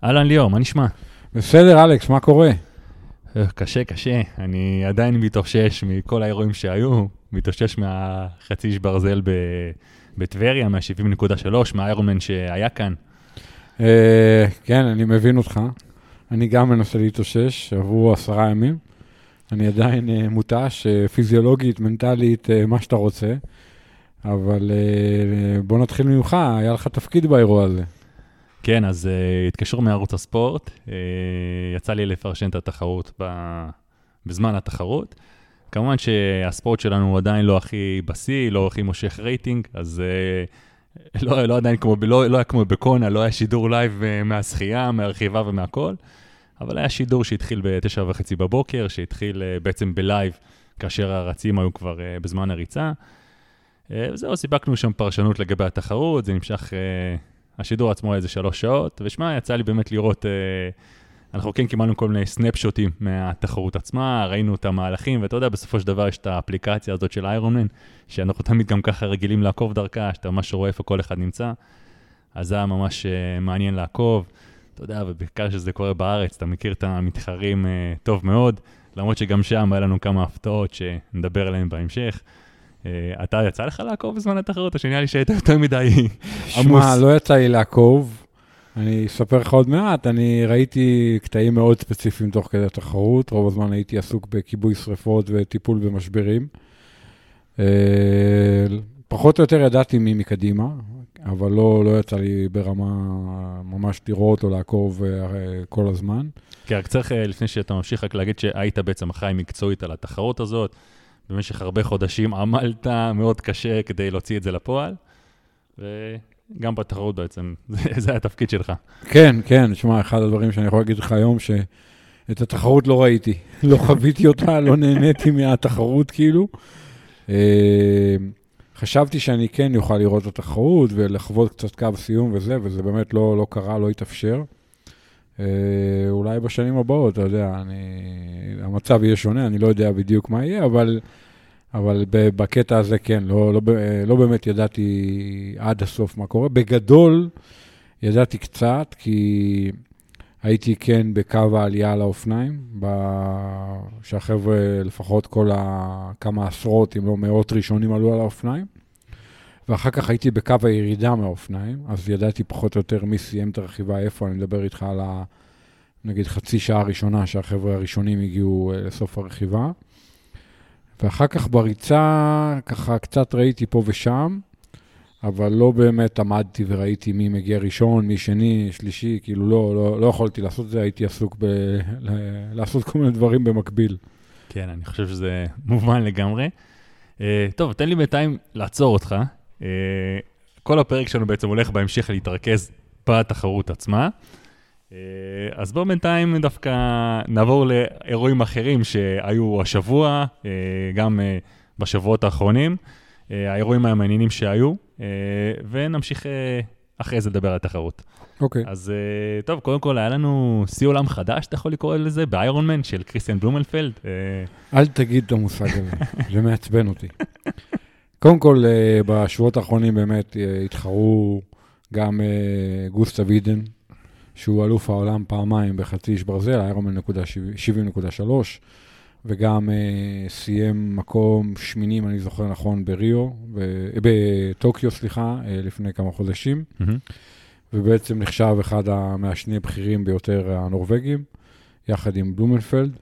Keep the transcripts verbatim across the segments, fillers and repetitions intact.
אהלן ליאור, מה נשמע? בסדר, אלכס, מה קורה? קשה, קשה. אני עדיין מתאושש מכל האירועים שהיו, מתאושש מהחצי איש ברזל בטבריה, מה-שבעים נקודה שלוש, מהאיירונמן שהיה כאן. כן, אני מבין אותך. אני גם מנסה להתאושש, עברו עשרה ימים. אני עדיין מותש, פיזיולוגית, מנטלית, מה שאתה רוצה. אבל בוא נתחיל ממך, היה לך תפקיד באירוע הזה. כן, אז uh, התקשרו מערוץ הספורט, uh, יצא לי לפרשן את התחרות ב... בזמן התחרות. כמובן שהספורט שלנו הוא עדיין לא הכי בסי, לא הכי מושך רייטינג, אז uh, לא, לא עדיין כמו, לא, לא היה כמו בקונה, לא היה שידור לייב uh, מהשחייה, מהרכיבה ומהכל, אבל היה שידור שהתחיל בתשע וחצי בבוקר, שהתחיל uh, בעצם בלייב, כאשר הרצים היו כבר uh, בזמן הריצה. Uh, וזהו, סיפקנו שם פרשנות לגבי התחרות, זה נמשך... Uh, השידור עצמו איזה שלוש שעות, ושמע, יצא לי באמת לראות, אה, אנחנו כן קיבלנו כל מיני סנפשוטים מהתחרות עצמה, ראינו את המהלכים, ואתה יודע, בסופו של דבר יש את האפליקציה הזאת של איירונמן, שאנחנו תמיד גם ככה רגילים לעקוב דרכה, שאתה ממש רואה איפה כל אחד נמצא, אז זה היה ממש אה, מעניין לעקוב, אתה יודע, ובעיקר שזה קורה בארץ, אתה מכיר את המתחרים אה, טוב מאוד, למרות שגם שם היה לנו כמה הפתעות שנדבר עליהן בהמשך, אתה יצא לך לעקוב בזמן התחרות, או שנראה לי שהיית יותר מדי עמוס? שמע, לא יצא לי לעקוב. אני אספר לך עוד מעט, אני ראיתי קטעים מאוד ספציפיים תוך כדי התחרות, רוב הזמן הייתי עסוק בכיבוי שריפות וטיפול במשברים. פחות או יותר ידעתי מי מקדימה, אבל לא, לא יצא לי ברמה ממש לראות או לעקוב כל הזמן. כן, רק צריך לפני שאתה ממשיך רק להגיד שהיית בעצם אחראי מקצועית על התחרות הזאת, במשך הרבה חודשים עמלת מאוד קשה כדי להוציא את זה לפועל, וגם בתחרות בעצם, זה, זה התפקיד שלך. כן, כן, תשמע, אחד הדברים שאני יכול להגיד לך היום, שאת התחרות לא ראיתי, לא חוויתי אותה, לא נהניתי מהתחרות כאילו. חשבתי שאני כן יוכל לראות את התחרות, ולחוות קצת קו סיום וזה, וזה באמת לא, לא קרה, לא התאפשר. אולי בשנים הבאות, אתה יודע, אני, המצב יהיה שונה, אני לא יודע בדיוק מה יהיה, אבל, אבל בקטע הזה כן, לא, לא, לא באמת ידעתי עד הסוף מה קורה. בגדול, ידעתי קצת, כי הייתי כן בקו העלייה על האופניים, שהחבר'ה לפחות כל ה, כמה עשרות, אם לא מאות ראשונים עלו על האופניים, ואחר כך הייתי בקו הירידה מהאופניים, אז ידעתי פחות או יותר מי סיים את הרכיבה, איפה, אני מדבר איתך על ה, נגיד חצי שעה הראשונה שהחבר'ה הראשונים הגיעו לסוף הרכיבה, ואחר כך בריצה ככה קצת ראיתי פה ושם, אבל לא באמת עמדתי וראיתי מי מגיע ראשון, מי שני, שלישי, כאילו לא, לא, לא יכולתי לעשות זה, הייתי עסוק ב, ל, לעשות כל מיני דברים במקביל. כן, אני חושב שזה מובן לגמרי. Uh, טוב, תן לי בינתיים לעצור אותך. Uh, כל הפרק שלנו בעצם הולך בהמשך להתרכז בתחרות עצמה. Uh, אז בואו בינתיים דווקא נעבור לאירועים אחרים שהיו השבוע, uh, גם uh, בשבועות האחרונים, uh, האירועים המעניינים שהיו, uh, ונמשיך uh, אחרי זה לדבר על התחרות. אוקיי. Okay. אז uh, טוב, קודם כל היה לנו שיא עולם חדש, אתה יכול לקרוא לזה, באיירונמן של קריסטיאן בלומנפלד. Uh, אל תגיד את המושג הזה, זה מעצבן אותי. קודם כל, בשבועות האחרונים באמת התחרו גם גוסטה וידן, שהוא אלוף העולם פעמיים בחצי איש ברזל, איירונמן שבעים נקודה שלוש, וגם סיים מקום שמינים, אני זוכר נכון, בריו, בטוקיו, סליחה, לפני כמה חודשים, ובעצם נחשב אחד מהשני הבכירים ביותר הנורווגים, יחד עם בלומנפלד.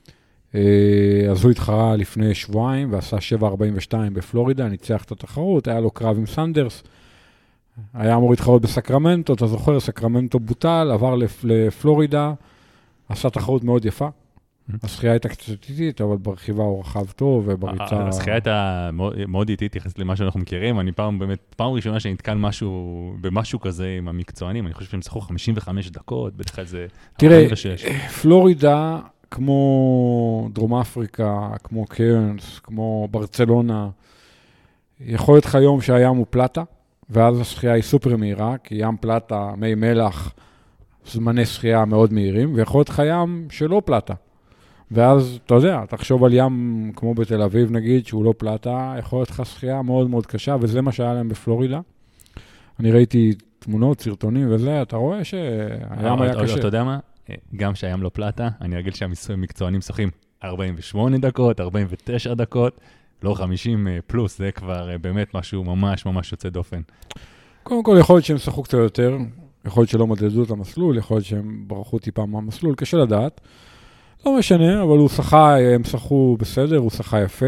אז הוא התחרה לפני שבועיים, ועשה שבע ארבעים ושתיים בפלורידה, ניצח את התחרות, היה לו קרב עם סנדרס, היה אמור להתחרות בסקרמנטו, אתה זוכר, סקרמנטו בוטל, עבר לפלורידה, עשה תחרות מאוד יפה. השחייה הייתה קצת איטית, אבל ברכיבה הוא רחב טוב, ובריצה... השחייה הייתה מאוד איטית, יחסית למה שאנחנו מכירים, אני פעם, באמת, פעם ראשונה שנתקן משהו, במשהו כזה עם המקצוענים, אני חושב שהם צריכו חמישים וחמש דקות, בדרך כלל זה ארבעים ושש. תראה, פלורידה, כמו דרום אפריקה, כמו קרנס, כמו ברצלונה, יכול להיות לך יום שהים הוא פלטה, ואז השחייה היא סופר מהירה, כי ים פלטה, מי מלח, זמני שחייה מאוד מהירים, ויכול להיות לך ים שלא פלטה. ואז, אתה יודע, תחשוב על ים כמו בתל אביב נגיד, שהוא לא פלטה, יכול להיות לך שחייה מאוד מאוד קשה, וזה מה שהיה להם בפלורידה. אני ראיתי תמונות, סרטונים וזה, אתה רואה שהים היה קשה. אתה יודע מה? גם שהים לא פלטה, אני ארגיל שהמקצוענים שוחים ארבעים ושמונה דקות, ארבעים ותשע דקות, לא חמישים פלוס, זה כבר באמת משהו ממש ממש יוצא דופן. קודם כל, יכול להיות שהם שחו קצת יותר, יכול להיות שלא מדדו את המסלול, יכול להיות שהם ברחו טיפה מהמסלול, קשה לדעת. לא משנה, אבל הוא שחה, הם שחו בסדר, הוא שחה יפה,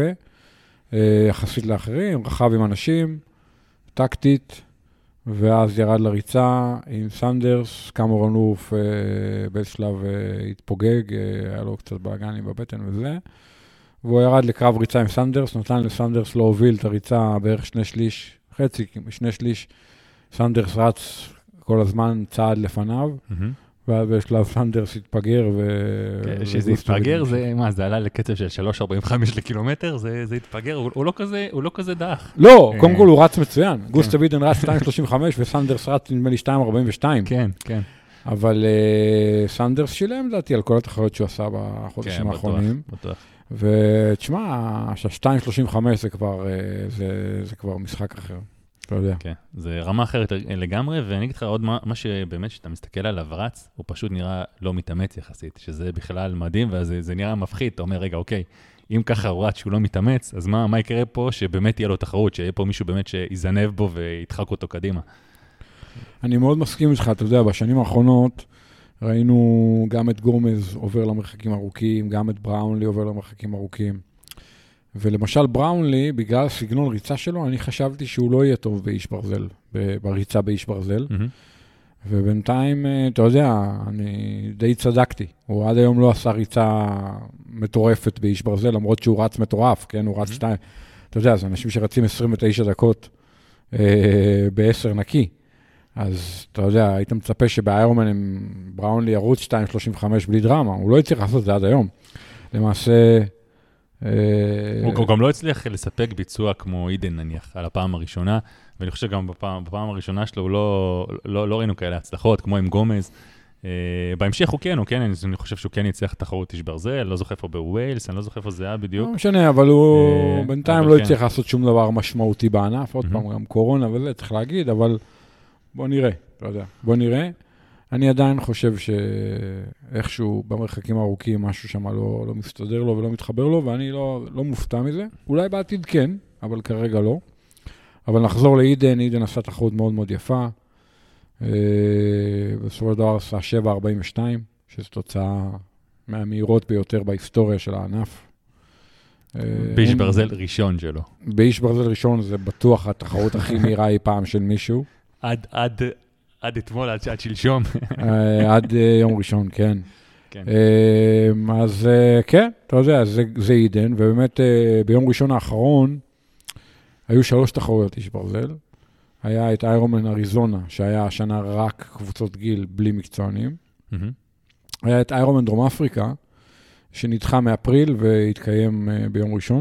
יחסית לאחרים, רחב עם אנשים, טקטית, ואז ירד לריצה עם סנדרס, קמרון לוף באיזה שלב התפוגג, היה לו קצת בלגנים בבטן וזה, והוא ירד לקרב ריצה עם סנדרס, נתן לסנדרס להוביל את הריצה בערך שני שליש, חצי, שני שליש, סנדרס רץ כל הזמן צעד לפניו, ואז בשלב סנדרס התפגר ו... שזה התפגר, זה מה, זה עלה לקצב של שלוש ארבעים וחמש לקילומטר, זה התפגר, הוא לא כזה, הוא לא כזה דח. לא, קודם כל הוא רץ מצוין. גוסטב אידן רץ שתיים שלושים וחמש וסנדרס רץ נדמה לי שתיים ארבעים ושתיים. כן, כן. אבל סנדרס שילם דעתי על כל התחרויות שהוא עשה בחודשים האחרונים. כן, בטוח. ותשמע, ש-שתיים שלושים וחמש זה כבר, זה כבר משחק אחר. אתה יודע. כן, זה רמה אחרת לגמרי, ואני אגיד לך עוד מה, מה שבאמת שאתה מסתכל עליו רץ, הוא פשוט נראה לא מתאמץ יחסית, שזה בכלל מדהים, וזה זה נראה מפחיד, אתה אומר, רגע, אוקיי, אם ככה הוא רץ שהוא לא מתאמץ, אז מה, מה יקרה פה שבאמת תהיה לו תחרות, שיהיה פה מישהו באמת שיזנב בו וידחק אותו קדימה? אני מאוד מסכים איתך, אתה יודע, בשנים האחרונות ראינו גם את גומז עובר למרחקים ארוכים, גם את בראונלי עובר למרחקים ארוכים, ולמשל בראונלי, בגלל סגנון ריצה שלו, אני חשבתי שהוא לא יהיה טוב באיש ברזל, בריצה באיש ברזל. Mm-hmm. ובינתיים, אתה יודע, אני די צדקתי. הוא עד היום לא עשה ריצה מטורפת באיש ברזל, למרות שהוא רץ מטורף, כן? הוא רץ שתיים. Mm-hmm. אתה יודע, זה אנשים שרצים עשרים ותשע דקות אה, בעשר נקי. אז אתה יודע, היית מצפה שבאיירומן עם בראונלי ירוץ שתיים שלושים וחמש בלי דרמה. הוא לא הצליח לעשות את זה עד היום. למעשה... הוא גם לא הצליח לספק ביצוע כמו אידן נניח, על הפעם הראשונה, ואני חושב גם בפעם, בפעם הראשונה שלו לא, לא, לא ראינו כאלה הצלחות, כמו עם גומז. בהמשך הוא כן, הוא כן, אני חושב שהוא כן יצליח תחרות איש ברזל, לא זוכר פה בוויילס, אני לא זוכר פה זה היה בדיוק. לא משנה, אבל הוא בינתיים לא הצליח לעשות שום דבר משמעותי בענף, עוד פעם גם קורונה וזה, צריך להגיד, אבל בוא נראה, לא יודע, בוא נראה. אני עדיין חושב שאיכשהו במרחקים ארוכים משהו שם לא, לא מסתדר לו ולא מתחבר לו, ואני לא, לא מופתע מזה. אולי בעתיד כן, אבל כרגע לא. אבל נחזור לאידן, אידן עשה תחרות מאוד מאוד יפה. בסופו של דבר עשה שבע ארבעים ושתיים, שזו תוצאה מהמהירות ביותר בהיסטוריה של הענף. באיש ברזל ראשון שלו. באיש ברזל ראשון זה בטוח התחרות הכי מהירה אי פעם של מישהו. עד, עד... עד אתמול, עד, עד שלשום. עד יום ראשון, כן. כן. אז כן, אתה יודע, זה, זה עידן, ובאמת ביום ראשון האחרון, היו שלוש תחרויות איש ברזל. היה את איירומן אריזונה, שהיה השנה רק קבוצות גיל בלי מקצוענים. Mm-hmm. היה את איירומן דרום אפריקה, שנדחה מאפריל והתקיים ביום ראשון.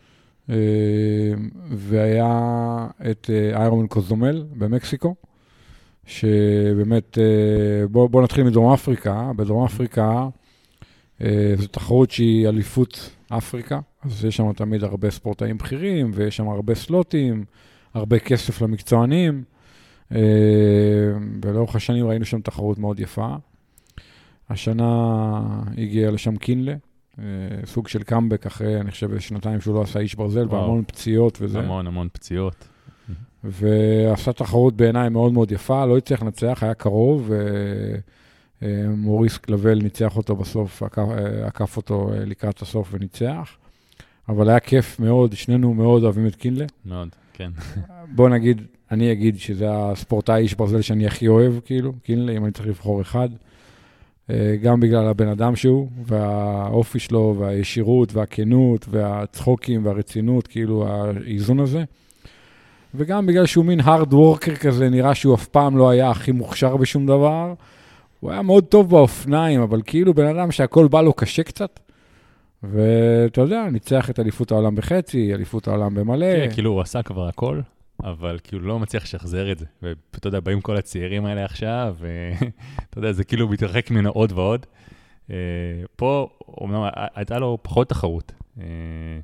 והיה את איירומן קוזומל במקסיקו, שבאמת, בוא, בוא נתחיל מדרום אפריקה. בדרום אפריקה, זו תחרות שהיא אליפות אפריקה, אז יש שם תמיד הרבה ספורטאים בכירים, ויש שם הרבה סלוטים, הרבה כסף למקצוענים, ולאורך השנים ראינו שם תחרות מאוד יפה. השנה הגיע לשם קינלה, סוג של קאמבק אחרי, אני חושב, שנתיים שהוא לא עשה איש ברזל, וואו. והמון פציעות וזה. המון, המון פציעות. ועשה תחרות בעיניי מאוד מאוד יפה, לא הצליח לנצח, היה קרוב, ומוריס קלבל ניצח אותו בסוף, עקף אותו לקראת הסוף וניצח, אבל היה כיף מאוד, שנינו מאוד אוהבים את קינלה. מאוד, כן. בוא נגיד, אני אגיד שזה הספורטאי איש ברזל שאני הכי אוהב, כאילו, קינלה, אם אני צריך לבחור אחד, גם בגלל הבן אדם שהוא, והאופי שלו, והישירות, והכנות, והצחוקים, והרצינות, כאילו, האיזון הזה. וגם בגלל שהוא מין hard worker כזה, נראה שהוא אף פעם לא היה הכי מוכשר בשום דבר. הוא היה מאוד טוב באופניים, אבל כאילו בן אדם שהכל בא לו קשה קצת. ואתה יודע, ניצח את אליפות העולם בחצי, אליפות העולם במלא. כן, כאילו הוא עשה כבר הכל, אבל כאילו לא מצליח לשחזר את זה. ואתה יודע, באים כל הצעירים האלה עכשיו, ואתה יודע, זה כאילו מתרחק ממנו עוד ועוד. פה, אומנם, הייתה לו פחות תחרות.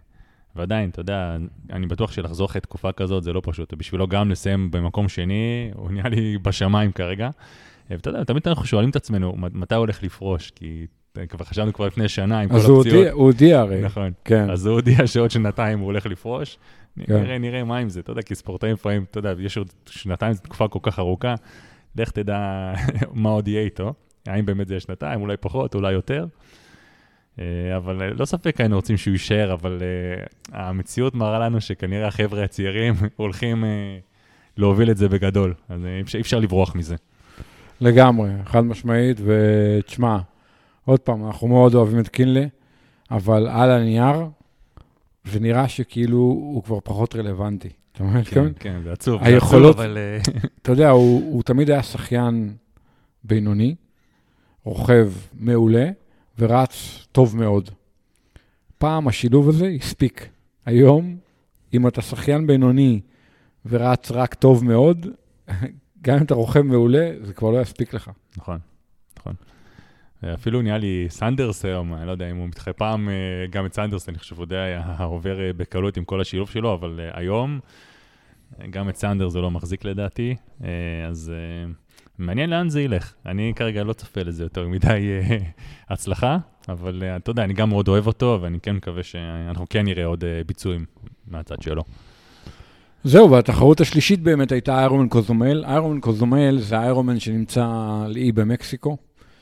ועדיין, אתה יודע, אני בטוח שלחזור אחרי תקופה כזאת זה לא פשוט, בשבילו גם לסיים במקום שני, הוא נהיה לי בשמיים כרגע, ואתה יודע, תמיד אנחנו שואלים את עצמנו, מתי הוא הולך לפרוש, כי כבר חשבנו כבר לפני שנה עם כל הפציעות. אז הוא הודיע הרי. נכון. כן. אז הוא הודיע שעוד שנתיים הוא הולך לפרוש, נראה, נראה מה עם זה, אתה יודע, כי ספורטאים לפעמים, אתה יודע, יש עוד שנתיים, זו תקופה כל כך ארוכה, לך תדע מה עוד יהיה איתו, האם באמת זה שנתיים, אולי פחות, אולי יותר, אבל לא ספק היינו רוצים שהוא יישאר, אבל המציאות מראה לנו שכנראה החבר'ה הצעירים הולכים להוביל את זה בגדול, אז אי אפשר לברוח מזה. לגמרי, חד משמעית, ותשמע, עוד פעם, אנחנו מאוד אוהבים את קינלי, אבל על הנייר, זה נראה שכאילו הוא כבר פחות רלוונטי. אתה אומר, כן, כן, זה עצוב. היכולות, אתה יודע, הוא תמיד היה שחיין בינוני, רוכב מעולה, ורץ טוב מאוד. פעם השילוב הזה הספיק. היום, אם אתה שחיין בינוני ורץ רק טוב מאוד, גם אם אתה רוכב מעולה, זה כבר לא יספיק לך. נכון, נכון. אפילו נהיה לי סנדרס היום, אני לא יודע אם הוא מתחי פעם, גם את סנדרס, אני חושב, הוא היה עובר בקלות עם כל השילוב שלו, אבל היום, גם את סנדרס זה לא מחזיק לדעתי, אז מעניין לאן זה ילך. אני כרגע לא צופה לזה יותר מדי הצלחה, אבל אתה יודע, אני גם מאוד אוהב אותו, ואני כן מקווה שאנחנו כן נראה עוד ביצועים מהצד שלו. זהו, והתחרות השלישית באמת הייתה איירומן קוזומל. איירומן קוזומל זה איירומן שנמצא על אי במקסיקו.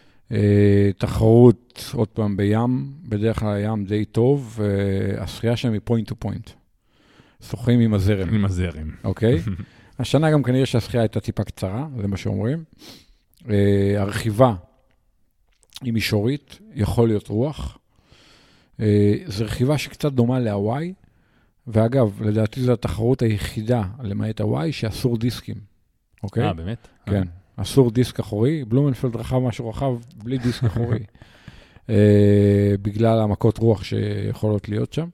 תחרות עוד פעם בים, בדרך כלל הים די טוב, השחייה שם היא פוינט טו פוינט. שוחים עם הזרם. עם הזרם. אוקיי? השנה גם כנראה שהשחייה הייתה טיפה קצרה, זה מה שאומרים. הרכיבה היא מישורית, יכול להיות רוח. זו רכיבה שקצת דומה להוואי, ואגב, לדעתי זו התחרות היחידה למעט הוואי שאסור דיסקים. אוקיי? אה, באמת? כן. אסור דיסק אחורי, בלומנפלד רחב משהו רחב, בלי דיסק אחורי. בגלל המכות רוח שיכולות להיות שם.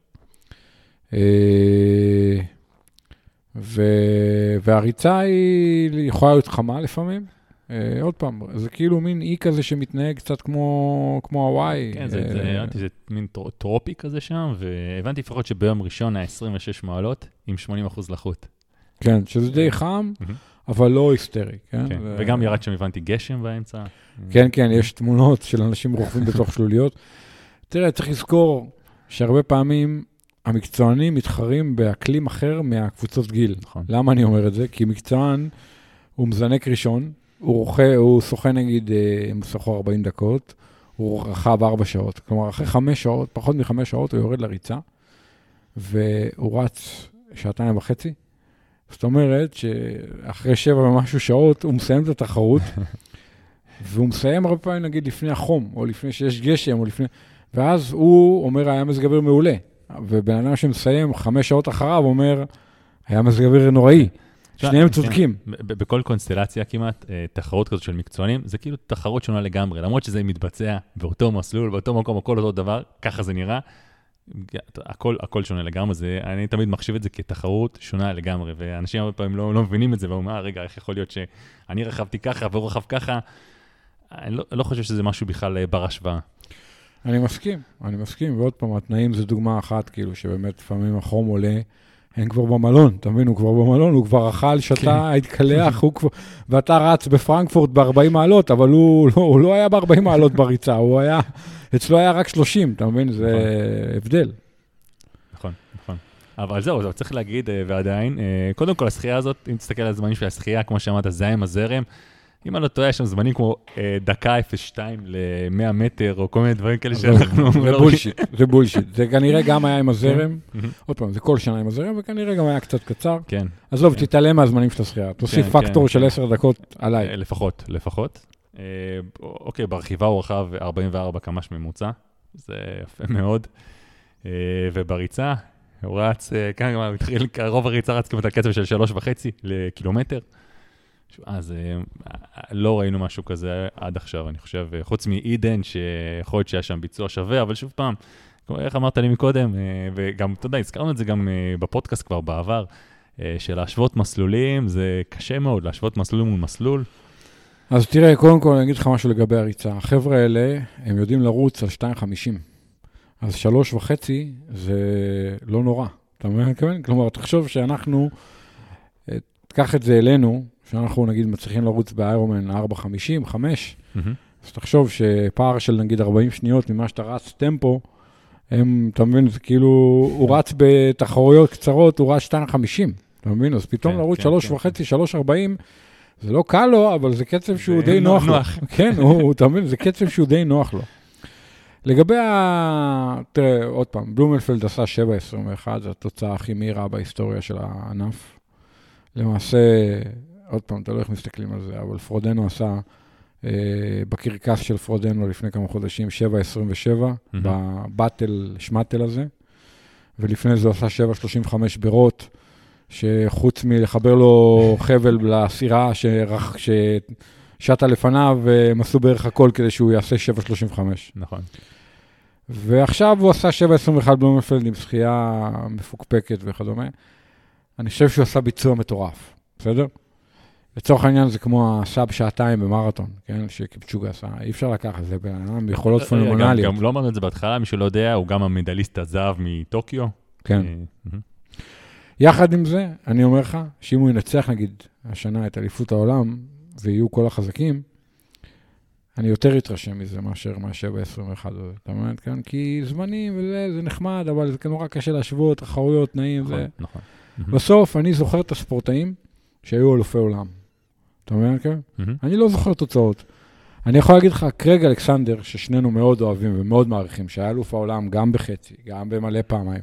והריצה היא יכולה להיות חמה לפעמים. עוד פעם, זה כאילו מין אי כזה שמתנהג קצת כמו הוואי. כן, זה מין טרופי כזה שם, והבנתי לפחות שביום ראשון היה עשרים ושש מעלות עם שמונים אחוז לחות. כן, שזה די חם. אבל לא היסטרי, כן? כן, ו... וגם ירד שם הבנתי גשם באמצע. כן, כן, יש תמונות של אנשים רוכבים בתוך שלוליות. תראה, צריך לזכור שהרבה פעמים המקצוענים מתחרים באקלים אחר מהקבוצות גיל. נכון. למה אני אומר את זה? כי מקצוען הוא מזנק ראשון, הוא רוחה, הוא שוחה נגיד, הוא שוחו ארבעים דקות, הוא רכב ארבע שעות. כלומר, אחרי חמש שעות, פחות מחמש שעות, הוא יורד לריצה, והוא רץ שעתיים וחצי. זאת אומרת שאחרי שבע ומשהו שעות הוא מסיים את התחרות, והוא מסיים הרבה פעמים נגיד לפני החום, או לפני שיש גשם, או לפני... ואז הוא אומר, היה מזג אוויר מעולה. ובן אדם שמסיים חמש שעות אחריו אומר, היה מזג אוויר נוראי. שניהם צודקים. בכל קונסטלציה כמעט, תחרות כזאת של מקצוענים, זה כאילו תחרות שונה לגמרי, למרות שזה מתבצע באותו מסלול, באותו מקום, הכל אותו דבר, ככה זה נראה. הכל, הכל שונה לגמרי, זה, אני תמיד מחשיב את זה כתחרות שונה לגמרי, ואנשים הרבה פעמים לא, לא מבינים את זה, ואומרים, רגע, איך יכול להיות שאני רכבתי ככה, והוא רכב ככה, אני לא, לא חושב שזה משהו בכלל בר השוואה. אני מסכים, אני מסכים, ועוד פעם, התנאים זה דוגמה אחת, כאילו, שבאמת לפעמים החום עולה, הם כבר במלון, אתה מבין, הוא כבר במלון, הוא כבר אכל, שתה, התקלח, הוא כבר, ואתה רץ בפרנקפורט ב-ארבעים מעלות, אבל הוא לא, הוא לא היה ב-ארבעים מעלות בריצה, הוא היה, אצלו היה רק שלושים, אתה מבין, זה נכון. הבדל. נכון, נכון. אבל זהו, זהו, צריך להגיד, ועדיין, קודם כל, השחייה הזאת, אם תסתכל על הזמנים של השחייה, כמו שאמרת, זה עם הזרם, אם אני לא טועה, יש שם זמנים כמו דקה אפס שתיים ל-מאה מטר, או כל מיני דברים כאלה שאנחנו... זה בולשיט, זה בולשיט. זה כנראה גם היה עם הזרם, עוד פעם, זה כל שנה עם הזרם, וכנראה גם היה קצת קצר. כן. עזוב, תתעלם מהזמנים של השחייה. תוסיף פקטור של עשר דקות עליי. לפחות, לפחות. אוקיי, ברכיבה הוא רכב ארבעים וארבע קמ"ש ממוצע, זה יפה מאוד. ובריצה, הוא רץ, כאן הוא התחיל, רוב הריצה רץ כמעט על קצב של שלוש וחצי לקילומטר. אז לא ראינו משהו כזה עד עכשיו, אני חושב, חוץ מאידן, שיכול להיות שהיה שם ביצוע שווה, אבל שוב פעם, איך אמרת לי מקודם, וגם, אתה יודע, הזכרנו את זה גם בפודקאסט כבר בעבר, של להשוות מסלולים, זה קשה מאוד, להשוות מסלול מול מסלול. אז תראה, קודם כל אני אגיד לך משהו לגבי הריצה. החבר'ה האלה, הם יודעים לרוץ על שתיים חמישים. אז שלוש וחצי זה לא נורא. אתה מבין? כלומר, תחשוב שאנחנו, תקח את זה אלינו, שאנחנו נגיד מצליחים לרוץ באיירומן ארבע חמישים, חמש, אז תחשוב שפער של נגיד ארבעים שניות ממה שאתה רץ טמפו, הם, אתה מבין, זה כאילו, הוא רץ בתחרויות קצרות, הוא רץ שתיים חמישים, אתה מבין? אז פתאום לרוץ שלוש וחצי, שלוש ארבעים, זה לא קל לו, אבל זה קצב שהוא די נוח לו. כן, אתה מבין, זה קצב שהוא די נוח לו. לגבי ה... תראה, עוד פעם, בלומנפלד עשה שבע עשרים ואחת, זו התוצאה הכי מהירה בהיסטוריה של הענף. למעשה, עוד פעם, אתה לא איך מסתכלים על זה, אבל פרודנו עשה, אה, בקרקס של פרודנו לפני כמה חודשים, שבע עשרים ושבע, mm-hmm. בבטל, שמטל הזה, ולפני זה הוא עשה שבע שלושים וחמש ברוט, שחוץ מלחבר לו חבל לסירה שרח, ששטה לפניו, הם עשו בערך הכל כדי שהוא יעשה שבע שלושים וחמש. נכון. ועכשיו הוא עשה שבע עשרים ואחת בלומנפלד עם שחייה מפוקפקת וכדומה. אני חושב שהוא עשה ביצוע מטורף, בסדר? לצורך העניין זה כמו הסאב שעתיים במרתון, כן? שקיפצ'וגה עשה. אי אפשר לקחת, זה בעולם יכולות פנומנליות. גם לא אמרנו את זה בהתחלה, מי שלא יודע, הוא גם המדליסט הזהב מטוקיו. כן. יחד עם זה, אני אומר לך, שאם הוא ינצח, נגיד, השנה את אליפות העולם, ויהיו כל החזקים, אני יותר אתרשם מזה מאשר מה-שבע עשרים ואחת הזה. אתה מבין, כן? כי זמנים וזה, זה נחמד, אבל זה נורא קשה להשוות, תחרויות, תנאים, נכון, זה... נכון. בסוף, אני זוכר את הספורטאים שהיו אלופי עולם. אתה מבין, כן? אני לא זוכר תוצאות. אני יכול להגיד לך, קרג אלכסנדר, ששנינו מאוד אוהבים ומאוד מעריכים, שהיה אלוף העולם גם בחצי, גם במלא פעמיים.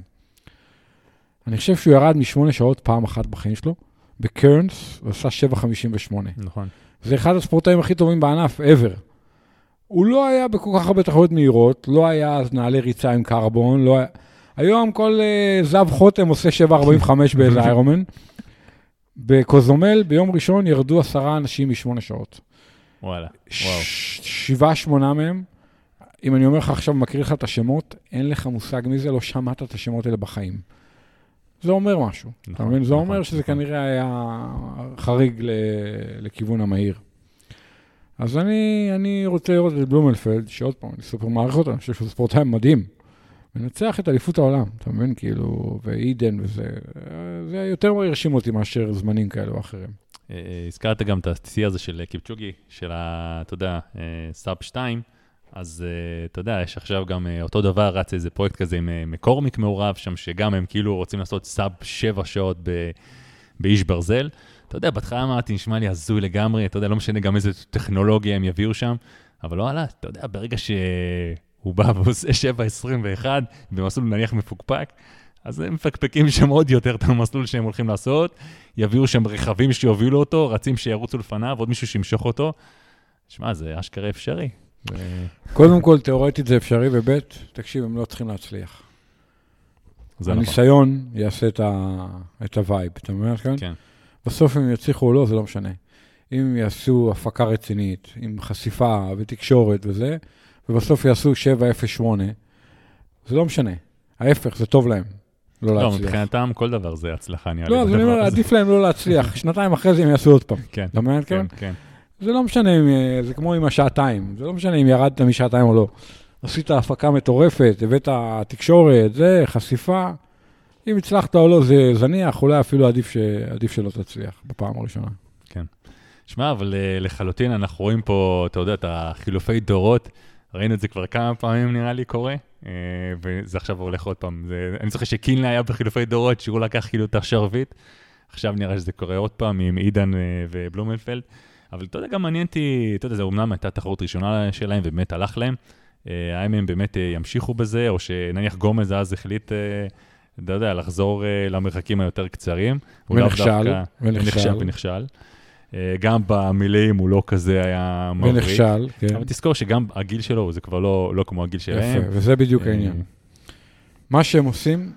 אני חושב שהוא ירד משמונה שעות פעם אחת בחיים שלו, בקרנס, הוא עשה שבע חמישים ושמונה. נכון. זה אחד הספורטאים הכי טובים בענף, ever. הוא לא היה בכל כך הרבה תחרויות מהירות, לא היה אז נעלי ריצה עם קרבון, לא היה... היום כל uh, זב חותם עושה שבע ארבעים וחמש באיזה איירומן. בקוזומל, ביום ראשון ירדו עשרה אנשים משמונה שעות. וואלה, ש- וואו. שבעה, שמונה מהם, אם אני אומר לך עכשיו, מקריא לך את השמות, אין לך מושג מזה, לא שמעת את השמות האלה בחיים. זה אומר משהו. נכון, אתה מבין? זה נכון, אומר שזה נכון. כנראה היה חריג ל- לכיוון המהיר. אז אני, אני רוצה לראות את בלומנפלד, שעוד פעם, אני סופר מעריך אותו, אני חושב שזה ספורטאי מדהים. מנצח את אליפות העולם, אתה מבין? כאילו, ואידן וזה, זה יותר מרשים אותי מאשר זמנים כאלה או אחרים. הזכרת גם את השיא הזה של קיפצ'וגי, של ה, אתה יודע, סאב שתיים, אז אתה יודע, יש עכשיו גם אותו דבר, רץ איזה פרויקט כזה עם מקורמיק מעורב שם, שגם הם כאילו רוצים לעשות סאב שבע שעות ב, באיש ברזל. אתה יודע, בהתחלה אמרתי, נשמע לי הזוי לגמרי, אתה יודע, לא משנה גם איזה טכנולוגיה הם יביאו שם, אבל לא עלה, אתה יודע, ברגע שהוא בא ועושה שבע עשרים ואחת, במסלול נניח מפוקפק, אז הם מפקפקים שם עוד יותר את המסלול שהם הולכים לעשות, יביאו שם רכבים שיובילו אותו, רצים שירוצו לפניו, עוד מישהו שימשוך אותו. שמע, זה אשכרה אפשרי. קודם כל, תיאורטית זה אפשרי, ובית, תקשיב, הם לא צריכים להצליח. הניסיון יעשה את הווייב, אתה מבין כאן? כן. בסוף אם יצליחו או לא, זה לא משנה. אם הם יעשו הפקה רצינית, עם חשיפה ותקשורת וזה, ובסוף יעשו שבע אפס שמונה, זה לא משנה. ההפך, זה טוב להם. לא להצליח. לא, מבחינתם כל דבר זה הצלחה, נראה לי. לא, אז אני אומר, עדיף להם לא להצליח. שנתיים אחרי זה הם יעשו עוד פעם. כן, כן, כן. זה לא משנה, זה כמו עם השעתיים. זה לא משנה אם ירדת משעתיים או לא. עשית הפקה מטורפת, הבאת תקשורת, זה, חשיפה. אם הצלחת או לא, זה זניח, אולי אפילו עדיף, ש... עדיף שלא תצליח בפעם הראשונה. כן. שמע, אבל לחלוטין אנחנו רואים פה, אתה יודע, את החילופי דורות. ראינו את זה כבר כמה פעמים נראה לי קורה, וזה עכשיו הולך עוד פעם. זה... אני זוכר שקינלי היה בחילופי דורות, שהוא לקח כאילו את השרביט. עכשיו נראה שזה קורה עוד פעם עם עידן ובלומנפלד. אבל אתה יודע, גם מעניין אותי, אתה יודע, זה אומנם הייתה תחרות ראשונה שלהם, ובאמת הלך להם. האם הם באמת ימשיכו בזה, או שנניח גומז אז החליט, אתה יודע, לחזור למרחקים היותר קצרים. ונכשל, ונכשל. ונכשל. גם במילים הוא לא כזה היה מבריק. ונכשל, כן. אבל תזכור שגם הגיל שלו, זה כבר לא, לא כמו הגיל שלהם. יפה, וזה בדיוק העניין. מה שהם עושים,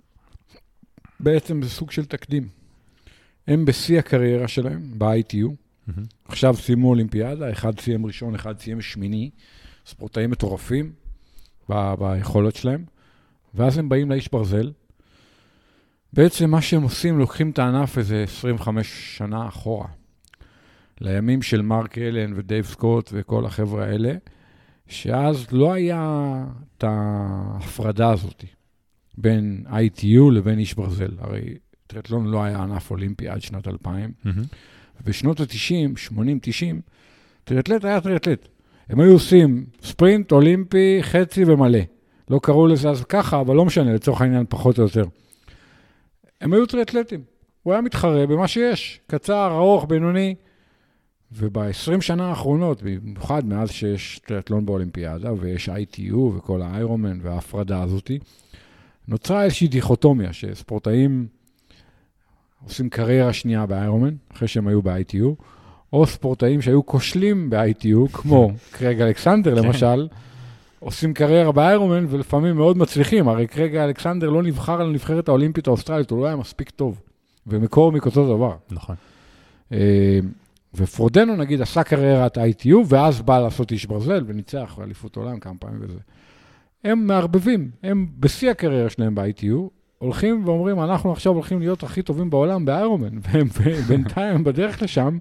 בעצם זה סוג של תקדים. הם בשיא הקריירה שלהם, ב-איי טי יו, עכשיו סיימו אולימפיאדה, אחד סיים ראשון, אחד סיים שמיני, ספורטאים מטורפים ב- ביכולות שלהם, ואז הם באים לאיש ברזל. בעצם מה שהם עושים, לוקחים את הענף איזה עשרים וחמש שנה אחורה. לימים של מרק אלן ודייב סקוט וכל החבר'ה האלה, שאז לא היה את ההפרדה הזאת בין איי טי יו לבין איש ברזל. הרי טריאתלון לא היה ענף אולימפי עד שנת אלפיים. ובשנות ה-תשעים, שמונים תשעים, טריאתלט היה טריאתלט. הם היו עושים ספרינט אולימפי חצי ומלא. לא קראו לזה אז ככה, אבל לא משנה, לצורך העניין פחות או יותר. הם היו טריאתלטים. הוא היה מתחרה במה שיש, קצר, ארוך, בינוני. וב-עשרים שנה האחרונות, במיוחד מאז שיש טריאתלון באולימפיאדה, ויש איי טי יו וכל האיירומן וההפרדה הזאת, נוצרה איזושהי דיכוטומיה, שספורטאים עושים קריירה שנייה באיירומן, אחרי שהם היו ב-איי טי יו, או ספורטאים שהיו כושלים ב-איי טי יו, כמו קרייג אלכסנדר למשל, עושים קריירה באיירומן ולפעמים מאוד מצליחים. הרי קרייג אלכסנדר לא נבחר על הנבחרת האולימפית האוסטרלית, הוא לא היה מספיק טוב, ומקור מכותו דבר. נכון. ופרודנו נגיד עשה קריירת איי טי יו, ואז בא לעשות איש ברזל וניצח אליפות עולם כמה פעמים וזה. הם מערבבים, הם בשיא הקריירה שלהם ב-איי טי יו, הולכים ואומרים, אנחנו עכשיו הולכים להיות הכי טובים בעולם באיירומן, והם בינתיים בדרך לשם,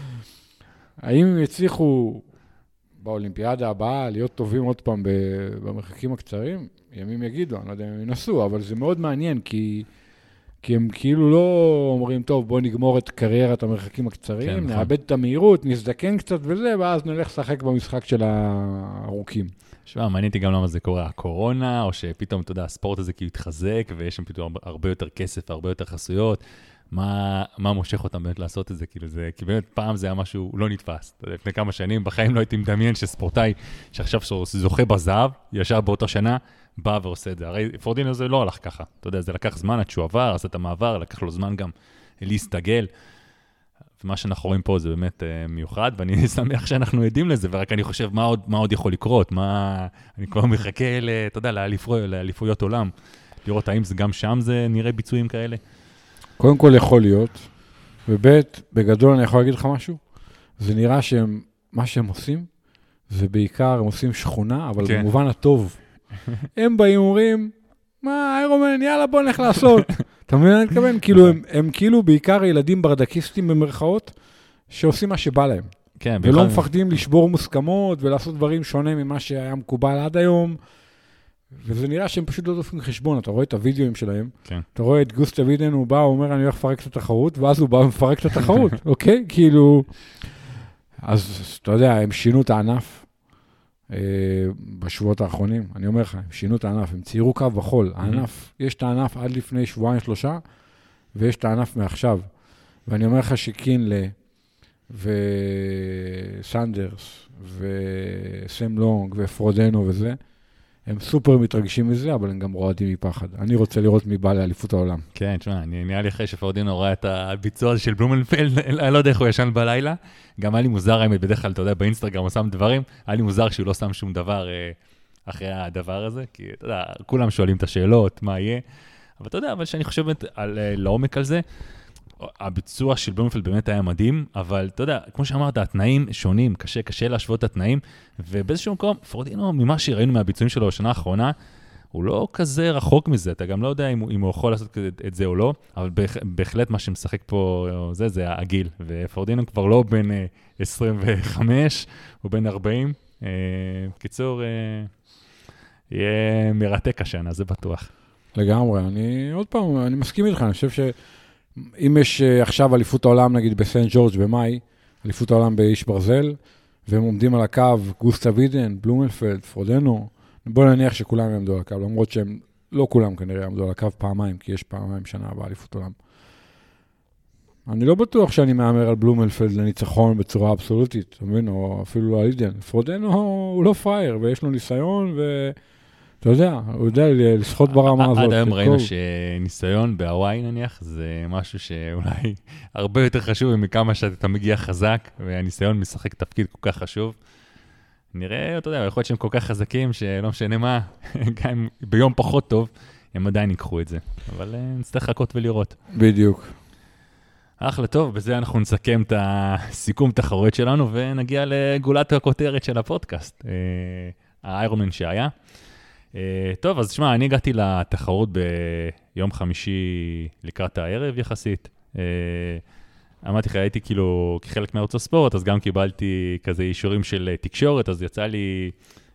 האם הם יצליחו באולימפיאדה הבאה להיות טובים עוד פעם במרחקים הקצרים? ימים יגידו, אני לא יודע אם הם ינסו, אבל זה מאוד מעניין, כי, כי הם כאילו לא אומרים, טוב, בוא נגמור את קריירת המרחקים הקצרים, כן, נאבד נכון. את המהירות, נזדקן קצת וזה, ואז נלך לשחק במשחק של הארוכים. שמע, מעניינתי גם למה זה קורה, הקורונה, או שפתאום, אתה יודע, הספורט הזה כאילו התחזק, ויש שם פתאום הרבה יותר כסף, הרבה יותר חסויות. מה, מה מושך אותם באמת לעשות את זה? כאילו זה, כי באמת פעם זה היה משהו לא נתפס. אתה יודע, לפני כמה שנים, בחיים לא הייתי מדמיין שספורטאי שעכשיו זוכה בזהב, ישר באותה שנה, בא ועושה את זה. הרי פורדינו זה לא הלך ככה. אתה יודע, זה לקח זמן עד שהוא עבר, עשה את המעבר, לקח לו זמן גם להסתגל. ומה שאנחנו רואים פה זה באמת uh, מיוחד, ואני שמח שאנחנו עדים לזה, ורק אני חושב מה עוד, מה עוד יכול לקרות, מה... אני כבר מחכה, אתה יודע, לאליפו, לאליפויות עולם, לראות האם זה גם שם זה נראה ביצועים כאלה. קודם כל יכול להיות, ובית, בגדול אני יכול להגיד לך משהו, זה נראה שהם, מה שהם עושים, זה בעיקר, הם עושים שכונה, אבל כן. במובן הטוב. הם באים אומרים, מה, איירומן, יאללה, בוא נלך לעשות. אתה מבין, אני מתכוון, כאילו, הם, הם כאילו בעיקר ילדים ברדקיסטים במרכאות, שעושים מה שבא להם. כן, ולא בכלל... מפחדים לשבור מוסכמות, ולעשות דברים שונה ממה שהיה מקובל עד היום, וזה נראה שהם פשוט לא דופקים חשבון. אתה רואה את הוידאוים שלהם, כן. אתה רואה את גוסטה וידן, הוא בא, הוא אומר, אני הולך לפרק את התחרות, ואז הוא בא ומפרק את התחרות, אוקיי? כאילו, אז אתה יודע, הם שינו את הענף אה, בשבועות האחרונים, אני אומר לך, הם שינו את הענף, הם ציירו קו בחול. הענף, יש את הענף עד לפני שבועיים שלושה, ויש את הענף מעכשיו. ואני אומר לך שקינלה, וסנדרס, וסם לונג, ופרודנו וזה, הם סופר מתרגשים מזה, אבל הם גם רועדים מפחד. אני רוצה לראות מי בא לאליפות העולם. כן, תשמע, אני נראה לי אחרי שפרודנו ראה את הביצוע הזה של בלומנפלד, אני לא יודע איך הוא ישן בלילה. גם היה לי מוזר, האמת, בדרך כלל, אתה יודע, באינסטגרם הוא שם דברים, היה לי מוזר שהוא לא שם שום דבר אחרי הדבר הזה, כי אתה יודע, כולם שואלים את השאלות, מה יהיה. אבל אתה יודע, אבל שאני חושבת על, לעומק על זה, הביצוע של בלומנפלד באמת היה מדהים, אבל אתה יודע, כמו שאמרת, התנאים שונים, קשה, קשה להשוות את התנאים, ובאיזשהו מקום, פרודנו, ממה שראינו מהביצועים שלו בשנה האחרונה, הוא לא כזה רחוק מזה, אתה גם לא יודע אם, אם הוא יכול לעשות את זה או לא, אבל בהחלט מה שמשחק פה זה, זה הגיל, ופרודנו כבר לא בין עשרים וחמש, הוא בין ארבעים, בקיצור, יהיה מרתק השנה, זה בטוח. לגמרי, אני עוד פעם, אני מסכים איתך, אני חושב ש... אם יש עכשיו אליפות העולם, נגיד בסנט ג'ורג' במאי, אליפות העולם באיש ברזל, והם עומדים על הקו, גוסטה וידן, בלומנפלד, פרודנו, בוא נניח שכולם יעמדו על הקו, למרות שהם לא כולם כנראה יעמדו על הקו פעמיים, כי יש פעמיים שנה הבאה אליפות עולם. אני לא בטוח שאני מאמר על בלומנפלד לניצחון בצורה אבסולוטית, אתה מבין? או אפילו לא על וידן. פרודנו הוא לא פרייר, ויש לו ניסיון, ו... אתה יודע, הוא יודע לשחות ברמה הזאת. עד היום ראינו שניסיון בהוואי נניח, זה משהו שאולי הרבה יותר חשוב מכמה שאתה מגיע חזק, והניסיון משחק תפקיד כל כך חשוב. נראה, אתה יודע, יכול להיות שהם כל כך חזקים, שלא משנה מה, גם ביום פחות טוב, הם עדיין ייקחו את זה. אבל נצטרך לחכות ולראות. בדיוק. אחלה טוב, בזה אנחנו נסכם את הסיכום תחרויות שלנו, ונגיע לגולת הכותרת של הפודקאסט, האיירומן שהיה. Uh, טוב, אז תשמע, אני הגעתי לתחרות ביום חמישי לקראת הערב יחסית. Uh, אמרתי לך, הייתי כאילו כחלק מערוץ הספורט, אז גם קיבלתי כזה אישורים של תקשורת, אז יצא לי uh,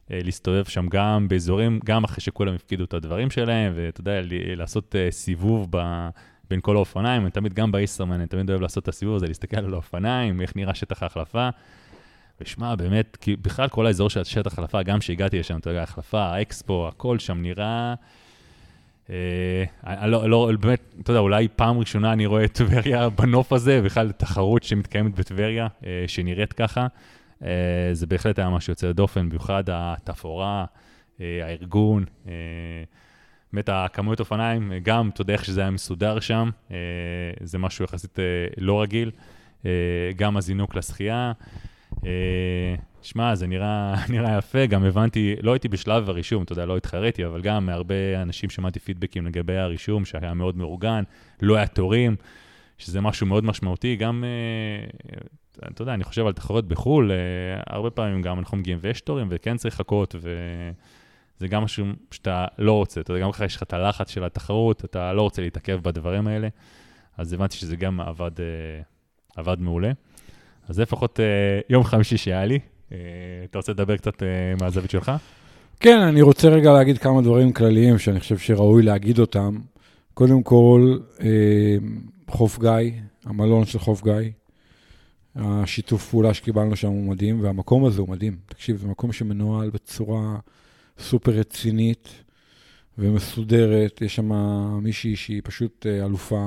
להסתובב שם גם באזורים, גם אחרי שכולם הפקידו את הדברים שלהם, ואתה יודע, לעשות סיבוב ב... בין כל האופניים, אני תמיד גם באיסרמן, אני תמיד אוהב לעשות את הסיבוב הזה, להסתכל על האופניים, איך נראה שטח ההחלפה, ושמע, באמת, כי בכלל כל האזור של שטח ההחלפה, גם שהגעתי לשם, אתה יודע, ההחלפה, האקספו, הכל שם נראה, אה, לא, לא, באמת, אתה יודע, אולי פעם ראשונה אני רואה את טבריה בנוף הזה, בכלל תחרות שמתקיימת בטבריה, אה, שנראית ככה, אה, זה בהחלט היה משהו יוצא דופן, במיוחד התפאורה, אה, הארגון, אה, באמת, הכמויות אופניים, גם, אתה יודע איך שזה היה מסודר שם, זה משהו יחסית לא רגיל, גם הזינוק לשחייה. שמע, זה נראה, נראה יפה, גם הבנתי, לא הייתי בשלב הרישום, אתה יודע, לא התחרתי, אבל גם מהרבה אנשים שמעתי פידבקים לגבי הרישום, שהיה מאוד מאורגן, לא היה תורים, שזה משהו מאוד משמעותי, גם, אתה יודע, אני חושב על תחרות בחול, הרבה פעמים גם אנחנו מגיעים ויש תורים, וכן צריך לחכות, ו... זה גם משהו שאתה לא רוצה, אתה יודע, גם אחרי יש לך את הלחץ של התחרות, אתה לא רוצה להתעכב בדברים האלה, אז הבנתי שזה גם עבד, עבד מעולה. אז זה לפחות יום חמישי שהיה לי. אתה רוצה לדבר קצת מהזווית שלך? כן, אני רוצה רגע להגיד כמה דברים כלליים שאני חושב שראוי להגיד אותם. קודם כל, חוף גיא, המלון של חוף גיא, השיתוף פעולה שקיבלנו שם הוא מדהים, והמקום הזה הוא מדהים. תקשיב, זה מקום שמנוהל בצורה סופר רצינית ומסודרת. יש שם מישהי שהיא פשוט אלופה,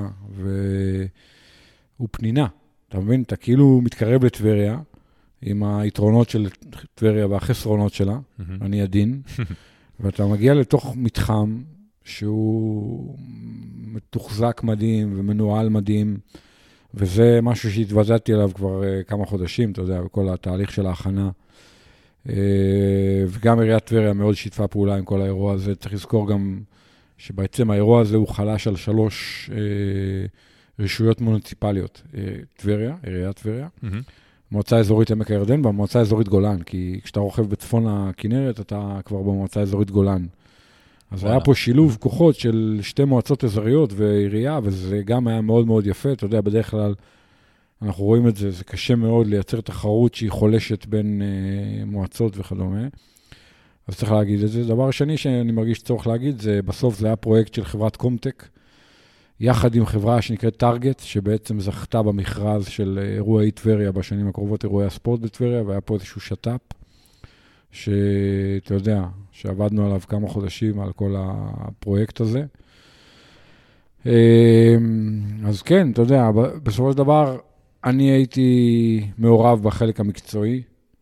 והוא פנינה. אתה מבין? אתה כאילו מתקרב לטבריה, עם היתרונות של טבריה והחסרונות שלה, mm-hmm. אני עדין, ואתה מגיע לתוך מתחם שהוא מתוחזק מדהים ומנוהל מדהים, וזה משהו שהתוודעתי עליו כבר uh, כמה חודשים, אתה יודע, בכל התהליך של ההכנה. Uh, וגם עיריית טבריה מאוד שיתפה פעולה עם כל האירוע הזה. צריך לזכור גם שבעצם האירוע הזה הוא חלש על שלוש uh, רשויות מוניציפליות. Uh, טבריה, עיריית טבריה, mm-hmm. מועצה אזורית עמק הירדן והמועצה אזורית גולן, כי כשאתה רוכב בצפון הכנרת, אתה כבר במועצה אזורית גולן. אז וואלה. היה פה שילוב כוחות של שתי מועצות אזוריות ועירייה, וזה גם היה מאוד מאוד יפה. אתה יודע, בדרך כלל אנחנו רואים את זה, זה קשה מאוד לייצר תחרות שהיא חולשת בין uh, מועצות וכדומה. אז צריך להגיד את זה. דבר שני שאני מרגיש צורך להגיד, זה בסוף זה היה פרויקט של חברת קומטק, יחד עם חברה שנקראת טארגט, שבעצם זכתה במכרז של אירועי טבריה בשנים הקרובות, אירועי הספורט בטבריה, והיה פה איזשהו שטאפ, שאתה יודע, שעבדנו עליו כמה חודשים על כל הפרויקט הזה. אז כן, אתה יודע, בסופו של דבר, אני הייתי מעורב בחלק המקצועי,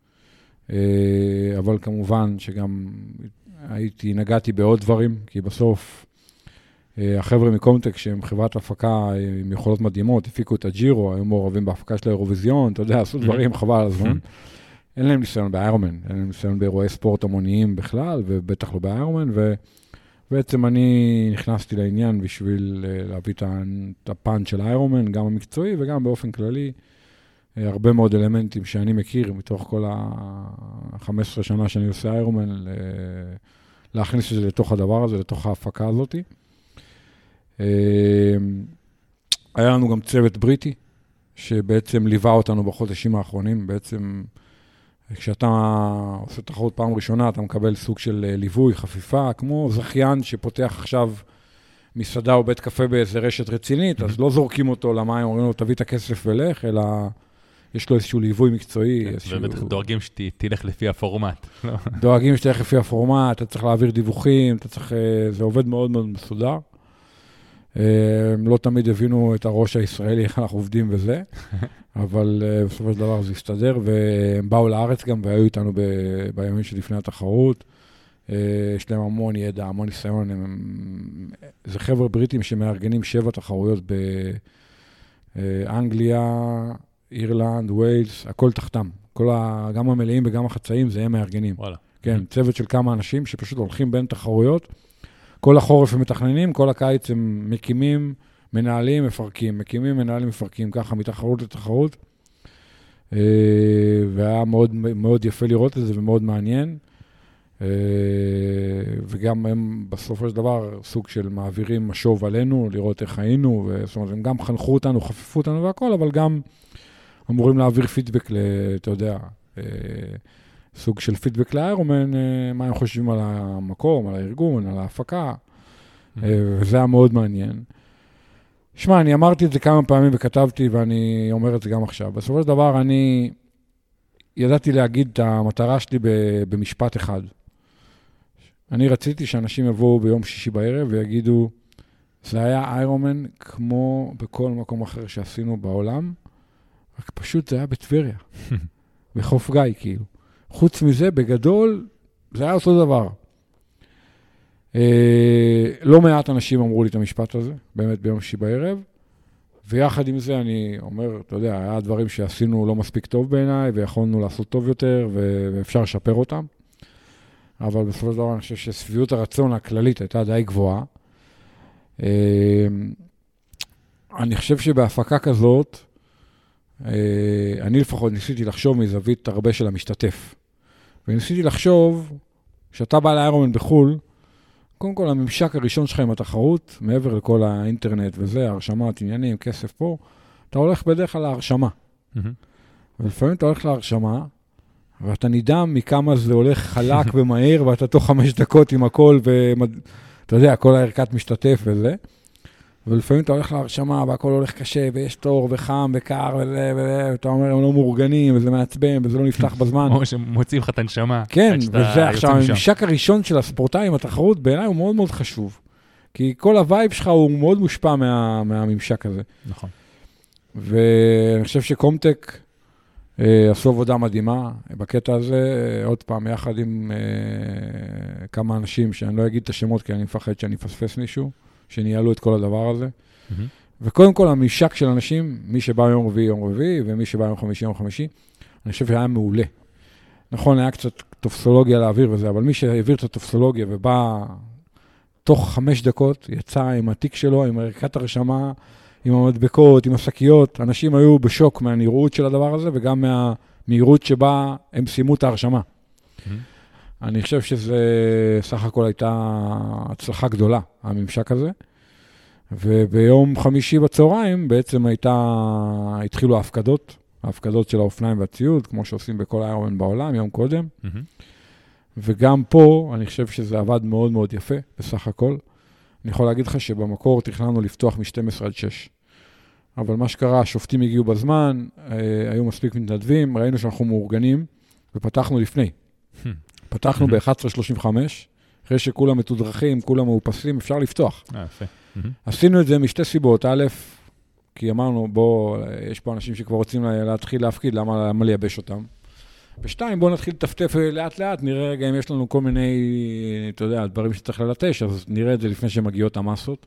אבל כמובן שגם הייתי, נגעתי בעוד דברים, כי בסוף, החבר'ה מקומטק שהם חברת הפקה עם יכולות מדהימות, הפיקו את הג'ירו, היו מעורבים בהפקה של האירוויזיון, אתה יודע, עשו דברים חבל על הזמן. אין להם ניסיון באיירמן, אין להם ניסיון באירועי ספורט המוניים בכלל, ובטח לא באיירמן, ובעצם אני נכנסתי לעניין בשביל להביא את הפן של האיירמן, גם המקצועי וגם באופן כללי, הרבה מאוד אלמנטים שאני מכיר מתוך כל ה-חמש עשרה שנה שאני עושה איירמן, להכניס את זה לתוך הדבר הזה, לתוך ההפקה הזאת. היה לנו גם צוות בריטי, שבעצם ליווה אותנו בחודשים האחרונים. בעצם, כשאתה עושה תחרות פעם ראשונה, אתה מקבל סוג של ליווי, חפיפה, כמו זכיין שפותח עכשיו מסעדה או בית קפה באיזה רשת רצינית, אז לא זורקים אותו למים, אומרים לו, תביא את הכסף ולך, אלא יש לו איזשהו ליווי מקצועי. ובטח דואגים שתלך לפי הפורמט. דואגים שתלך לפי הפורמט, אתה צריך להעביר דיווחים, אתה צריך, זה עובד מאוד מאוד מסודר. לא תמיד הבינו את הראש הישראלי, איך אנחנו עובדים וזה, אבל בסופו של דבר זה הסתדר, והם באו לארץ גם והיו איתנו בימים שלפני התחרות. יש להם המון ידע, המון ניסיון. זה חבר'ה בריטים שמארגנים שבע תחרויות באנגליה, אירלנד, ווילס, הכל תחתם. גם המלאים וגם החצאים זה הם מארגנים. וואלה. כן, צוות של כמה אנשים שפשוט הולכים בין תחרויות, כל החורף הם מתכננים, כל הקיץ הם מקימים, מנהלים, מפרקים, מקימים, מנהלים, מפרקים, ככה מתחרות לתחרות. והיה מאוד, מאוד יפה לראות את זה ומאוד מעניין. וגם הם בסופו של דבר סוג של מעבירים משוב עלינו, לראות איך היינו, זאת אומרת, הם גם חנכו אותנו, חפפו אותנו והכל, אבל גם אמורים להעביר פידבק, אתה יודע, סוג של פידבק לאיירומן, מה הם חושבים על המקום, על הארגון, על ההפקה, וזה היה מאוד מעניין. שמע, אני אמרתי את זה כמה פעמים וכתבתי, ואני אומר את זה גם עכשיו. בסופו של דבר, אני ידעתי להגיד את המטרה שלי במשפט אחד. אני רציתי שאנשים יבואו ביום שישי בערב ויגידו, זה היה איירומן כמו בכל מקום אחר שעשינו בעולם, רק פשוט זה היה בטבריה, בחוף גיא כאילו. חוץ מזה, בגדול, זה היה אותו דבר. אה, לא מעט אנשים אמרו לי את המשפט הזה, באמת ביום שישי בערב, ויחד עם זה אני אומר, אתה יודע, היה דברים שעשינו לא מספיק טוב בעיניי, ויכולנו לעשות טוב יותר, ואפשר לשפר אותם. אבל בסופו של דבר אני חושב שסביבות הרצון הכללית הייתה די גבוהה. אני חושב שבהפקה כזאת, אני לפחות ניסיתי לחשוב מזווית הרבה של המשתתף. וניסיתי לחשוב, כשאתה בא לאיירומן בחול, קודם כל הממשק הראשון שלך עם התחרות, מעבר לכל האינטרנט וזה, הרשמת, עניינים, כסף פה, אתה הולך בדרך כלל להרשמה. ולפעמים אתה הולך להרשמה, ואתה נדהם מכמה זה הולך חלק ומהר, ואתה תוך חמש דקות עם הכל, ואתה יודע, כל הערכת משתתף וזה. ולפעמים אתה הולך להרשמה, והכל הולך קשה, ויש תור וחם וקר וזה, ואתה אומר, הם לא מאורגנים, וזה מעצבן, וזה לא נפתח בזמן. או שמוצאים לך את הנשמה. כן, וזה עכשיו, הממשק הראשון של הספורטאי עם התחרות, בעיניי הוא מאוד מאוד חשוב. כי כל הווייב שלך הוא מאוד מושפע מהממשק הזה. נכון. ואני חושב שקומטק עשו עבודה מדהימה בקטע הזה, עוד פעם, יחד עם כמה אנשים, שאני לא אגיד את השמות, כי אני מפחד שאני אפספס מישהו, שניהלו את כל הדבר הזה. Mm-hmm. וקודם כל, הממשק של אנשים, מי שבא יום רביעי, יום רביעי, ומי שבא יום חמישי, יום חמישי, אני חושב שהיה מעולה. נכון, היה קצת טופסולוגיה להעביר וזה, אבל מי שהעביר את הטופסולוגיה ובא תוך חמש דקות, יצא עם התיק שלו, עם ערכת הרשמה, עם המדבקות, עם השקיות, אנשים היו בשוק מהנראות של הדבר הזה, וגם מהמהירות שבה הם סיימו את ההרשמה. Mm-hmm. אני חושב שזה סך הכל הייתה הצלחה גדולה, הממשק הזה. וביום חמישי בצהריים בעצם הייתה, התחילו ההפקדות, ההפקדות של האופניים והציוד, כמו שעושים בכל האיירומן בעולם, יום קודם. Mm-hmm. וגם פה אני חושב שזה עבד מאוד מאוד יפה, בסך הכל. אני יכול להגיד לך שבמקור תכננו לפתוח מ-שתים עשרה עד שש. אבל מה שקרה, השופטים הגיעו בזמן, היו מספיק מתנדבים, ראינו שאנחנו מאורגנים, ופתחנו לפני. פתחנו ב-אחת עשרה שלושים וחמש, אחרי שכולם מתודרכים, כולם מאופסים, אפשר לפתוח. אה, יפה. עשינו את זה משתי סיבות. א', כי אמרנו, בוא, יש פה אנשים שכבר רוצים להתחיל להפקיד, למה, למה לייבש אותם? ושתיים, בוא נתחיל לטפטף לאט לאט, נראה רגע אם יש לנו כל מיני, אתה יודע, דברים שצריך ללטש, אז נראה את זה לפני שמגיעות המסות.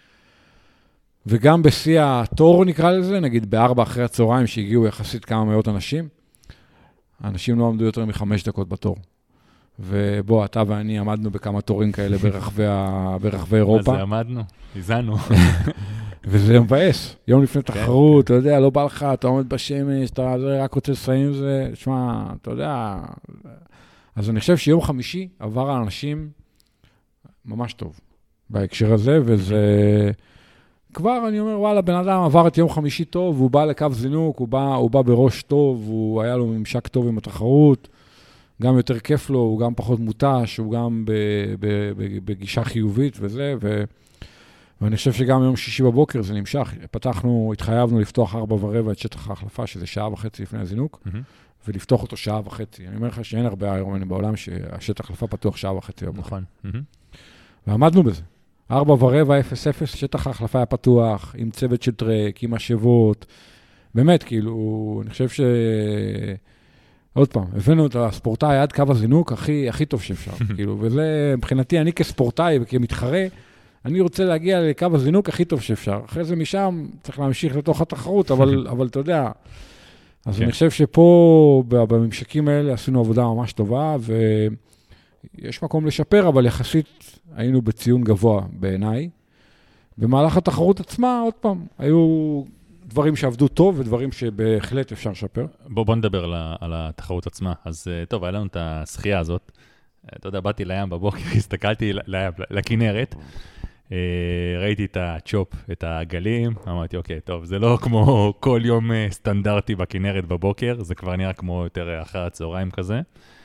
וגם בשיא התור נקרא לזה, נגיד בארבע אחרי הצהריים שהגיעו יחסית כמה מאות אנשים, האנשים לא עמדו יותר מחמש דקות בתור. ובוא, אתה ואני עמדנו בכמה תורים כאלה ברחבי, ברחבי אירופה. אז זה עמדנו, הזענו. וזה מבאס. יום לפני תחרות, אתה יודע, לא בא לך, אתה עומד בשמש, אתה רק רוצה לסיים עם זה, תשמע, אתה יודע. אז אני חושב שיום חמישי עבר האנשים ממש טוב בהקשר הזה, וזה כבר, אני אומר, וואלה, בן אדם עבר את יום חמישי טוב, הוא בא לקו זינוק, הוא בא, הוא בא בראש טוב, הוא היה לו ממשק טוב עם התחרות, גם יותר כיף לו, הוא גם פחות מוטש, הוא גם בגישה חיובית וזה, ו... ואני חושב שגם יום שישי בבוקר זה נמשך. פתחנו, התחייבנו לפתוח ארבע ורבע את שטח ההחלפה, שזה שעה וחצי לפני הזינוק, mm-hmm. ולפתוח אותו שעה וחצי. אני אומר לך שאין הרבה איירומנים בעולם שהשטח ההחלפה פתוח שעה וחצי בבוקר. נכון. Mm-hmm. ועמדנו בזה. ארבע ורבע, אפס אפס, שטח ההחלפה היה פתוח, עם צוות של טרק, עם השבות. באמת, כאילו, אני חושב ש... עוד פעם, הבאנו את הספורטאי עד קו הזינוק הכי, הכי טוב שאפשר. כאילו, וזה, מבחינתי, אני כספורטאי וכמתחרה, אני רוצה להגיע לקו הזינוק הכי טוב שאפשר. אחרי זה משם צריך להמשיך לתוך התחרות, אבל, אבל אתה יודע. אז כן. אני חושב שפה, בממשקים האלה, עשינו עבודה ממש טובה, ויש מקום לשפר, אבל יחסית היינו בציון גבוה בעיניי. במהלך התחרות עצמה, עוד פעם, היו דברים שעבדו טוב, ודברים שבהחלט אפשר לשפר. בוא, בוא נדבר על, על התחרות עצמה. אז טוב, היה לנו את השחייה הזאת. אתה יודע, באתי לים בבוקר, הסתכלתי לים, לכנרת, ראיתי את הצ'ופ, את הגלים, אמרתי, אוקיי, טוב, זה לא כמו כל יום סטנדרטי בכנרת בבוקר, זה כבר נראה כמו יותר אחר הצהריים כזה.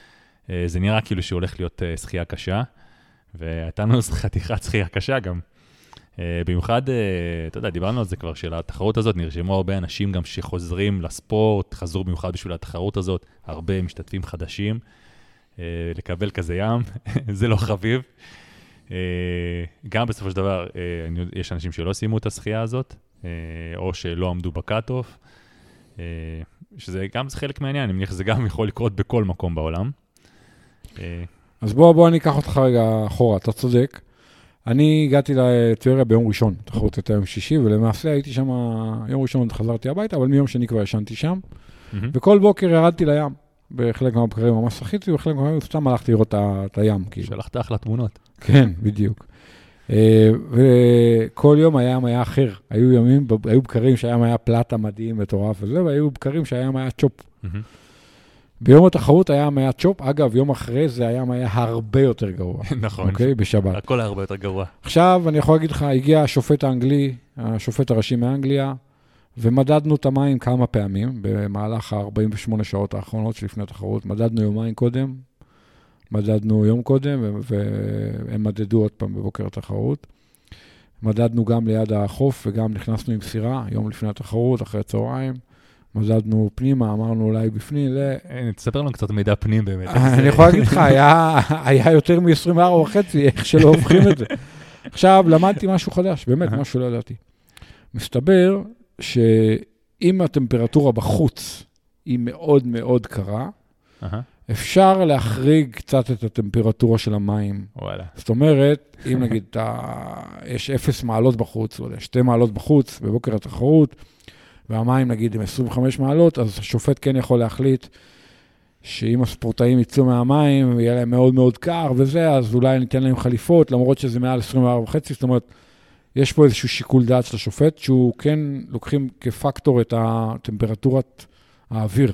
זה נראה כאילו שהוא הולך להיות שחייה קשה, והייתה לנו חתיכת שחייה קשה גם. במיוחד, אתה יודע, דיברנו על זה כבר, של התחרות הזאת, נרשמו הרבה אנשים גם שחוזרים לספורט, חזרו במיוחד בשביל התחרות הזאת, הרבה משתתפים חדשים, לקבל כזה ים, זה לא חביב. גם בסופו של דבר, יש אנשים שלא סיימו את השחייה הזאת, או שלא עמדו בקאט-אוף, שזה גם חלק מהעניין, אני מניח שזה גם יכול לקרות בכל מקום בעולם. אז בוא, בוא אני אקח אותך רגע אחורה, אתה צודק. אני הגעתי לטבריה ביום ראשון, תחרות הייתה יום שישי, ולמעשה הייתי שם, יום ראשון חזרתי הביתה, אבל מיום שני כבר ישנתי שם, וכל בוקר ירדתי לים. בחלק מהבקרים ממש שחיתי, ובחלק מהבקרים סתם הלכתי לראות את הים. שלחת אחלה תמונות. כן, בדיוק. וכל יום הים היה אחר. היו ימים, היו בקרים שהים היה פלטה מדהים מטורף וזה, והיו בקרים שהים היה צ'ופ. ביום התחרות הים היה צ'ופ, אגב, יום אחרי זה הים היה הרבה יותר גרוע. נכון. אוקיי, בשבת. הכל היה הרבה יותר גרוע. עכשיו, אני יכול להגיד לך, הגיע השופט האנגלי, השופט הראשי מאנגליה, ומדדנו את המים כמה פעמים, במהלך ה-ארבעים ושמונה שעות האחרונות שלפני התחרות. מדדנו יומיים קודם, מדדנו יום קודם, והם מדדו עוד פעם בבוקר התחרות. מדדנו גם ליד החוף, וגם נכנסנו עם סירה, יום לפני התחרות, אחרי צהריים. מדדנו פנימה, אמרנו אולי בפנים. תספר לנו קצת מידע פנים באמת. אני יכול להגיד לך, היה יותר מ-עשרים וארבע וחצי, איך שלא הופכים את זה. עכשיו, למדתי משהו חדש, באמת, משהו לא ידעתי. מסתבר שאם הטמפרטורה בחוץ היא מאוד מאוד קרה, אפשר להחריג קצת את הטמפרטורה של המים. וואלה. זאת אומרת, אם נגיד, יש אפס מעלות בחוץ, או שתי מעלות בחוץ, בבוקר התחרות, והמים נגיד עם עשרים וחמש מעלות, אז השופט כן יכול להחליט שאם הספורטאים יצאו מהמים, ויהיה להם מאוד מאוד קר וזה, אז אולי ניתן להם חליפות, למרות שזה מעל עשרים וארבע וחצי, זאת אומרת, יש פה איזשהו שיקול דעת של השופט, שהוא כן לוקחים כפקטור את הטמפרטורת האוויר.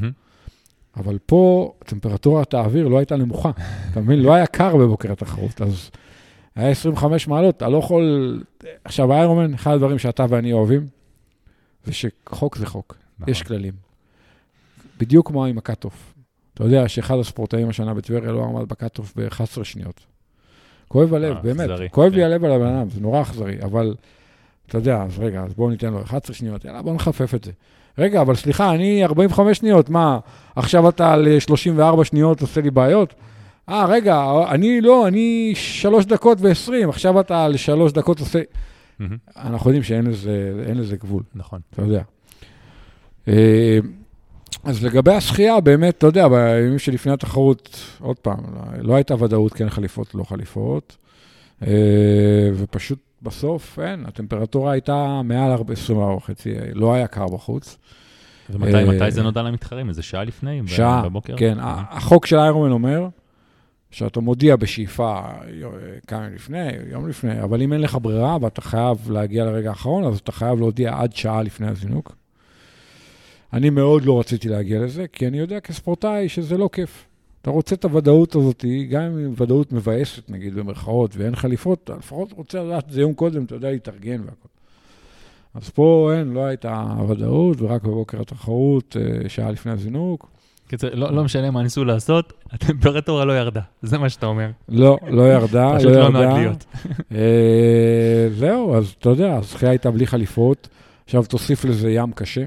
אבל פה, טמפרטורת האוויר לא הייתה נמוכה. אתה מבין? לא היה קר בבוקר התחרות, אז היה עשרים וחמש מעלות, אתה לא יכול... עכשיו, איירומן, אחד הדברים שאתה ואני אוהבים, זה שחוק זה חוק. יש כללים. בדיוק כמו עם הקאט-אוף. אתה יודע שאחד הספורטאים השנה בטבריה לא עמד בקאט-אוף ב-אחת עשרה שניות. כואב הלב, באמת. כואב לי הלב על הבן אדם, זה נורא אכזרי, אבל אתה יודע, אז רגע, אז בואו ניתן לו אחת עשרה שניות, יאללה, בואו נחפף את זה. רגע, אבל סליחה, אני ארבעים וחמש שניות, מה, עכשיו אתה על שלושים וארבע שניות עושה לי בעיות? אה, רגע, אני לא, אני שלוש דקות ועשרים, עכשיו אתה על שלוש דקות עושה... אנחנו יודעים שאין לזה, אין לזה גבול. נכון. אתה יודע. אז לגבי השחייה, באמת, אתה יודע, בימים שלפני התחרות, עוד פעם, לא הייתה ודאות, כן חליפות, לא חליפות, ופשוט בסוף, אין, הטמפרטורה הייתה מעל עשרים וארבע וחצי, לא היה קר בחוץ. ומתי מתי זה נודע למתחרים? איזה שעה לפני? שעה, כן. החוק של איירומן אומר, שאתה מודיע בשאיפה כמה לפני, יום לפני, אבל אם אין לך ברירה, ואתה חייב להגיע לרגע האחרון, אז אתה חייב להודיע עד שעה לפני הזינוק. אני מאוד לא רציתי להגיע לזה, כי אני יודע כספורטאי שזה לא כיף. אתה רוצה את הוודאות הזאת, גם אם ודאות מבאסת, נגיד, במרכאות, ואין חליפות, לפחות רוצה לדעת זה יום קודם, אתה יודע, להתארגן והכל. אז פה אין, לא הייתה ודאות, ורק בבוקר התחרות, שעה לפני הזינוק. קיצר, לא, לא משנה מה ניסו לעשות, הטמפרטורה לא ירדה, זה מה שאתה אומר. לא, לא ירדה, פשוט לא לא ירדה. נועד להיות. זהו, אז אתה יודע, השחייה הייתה בלי חליפות, עכשיו תוסיף לזה ים קשה.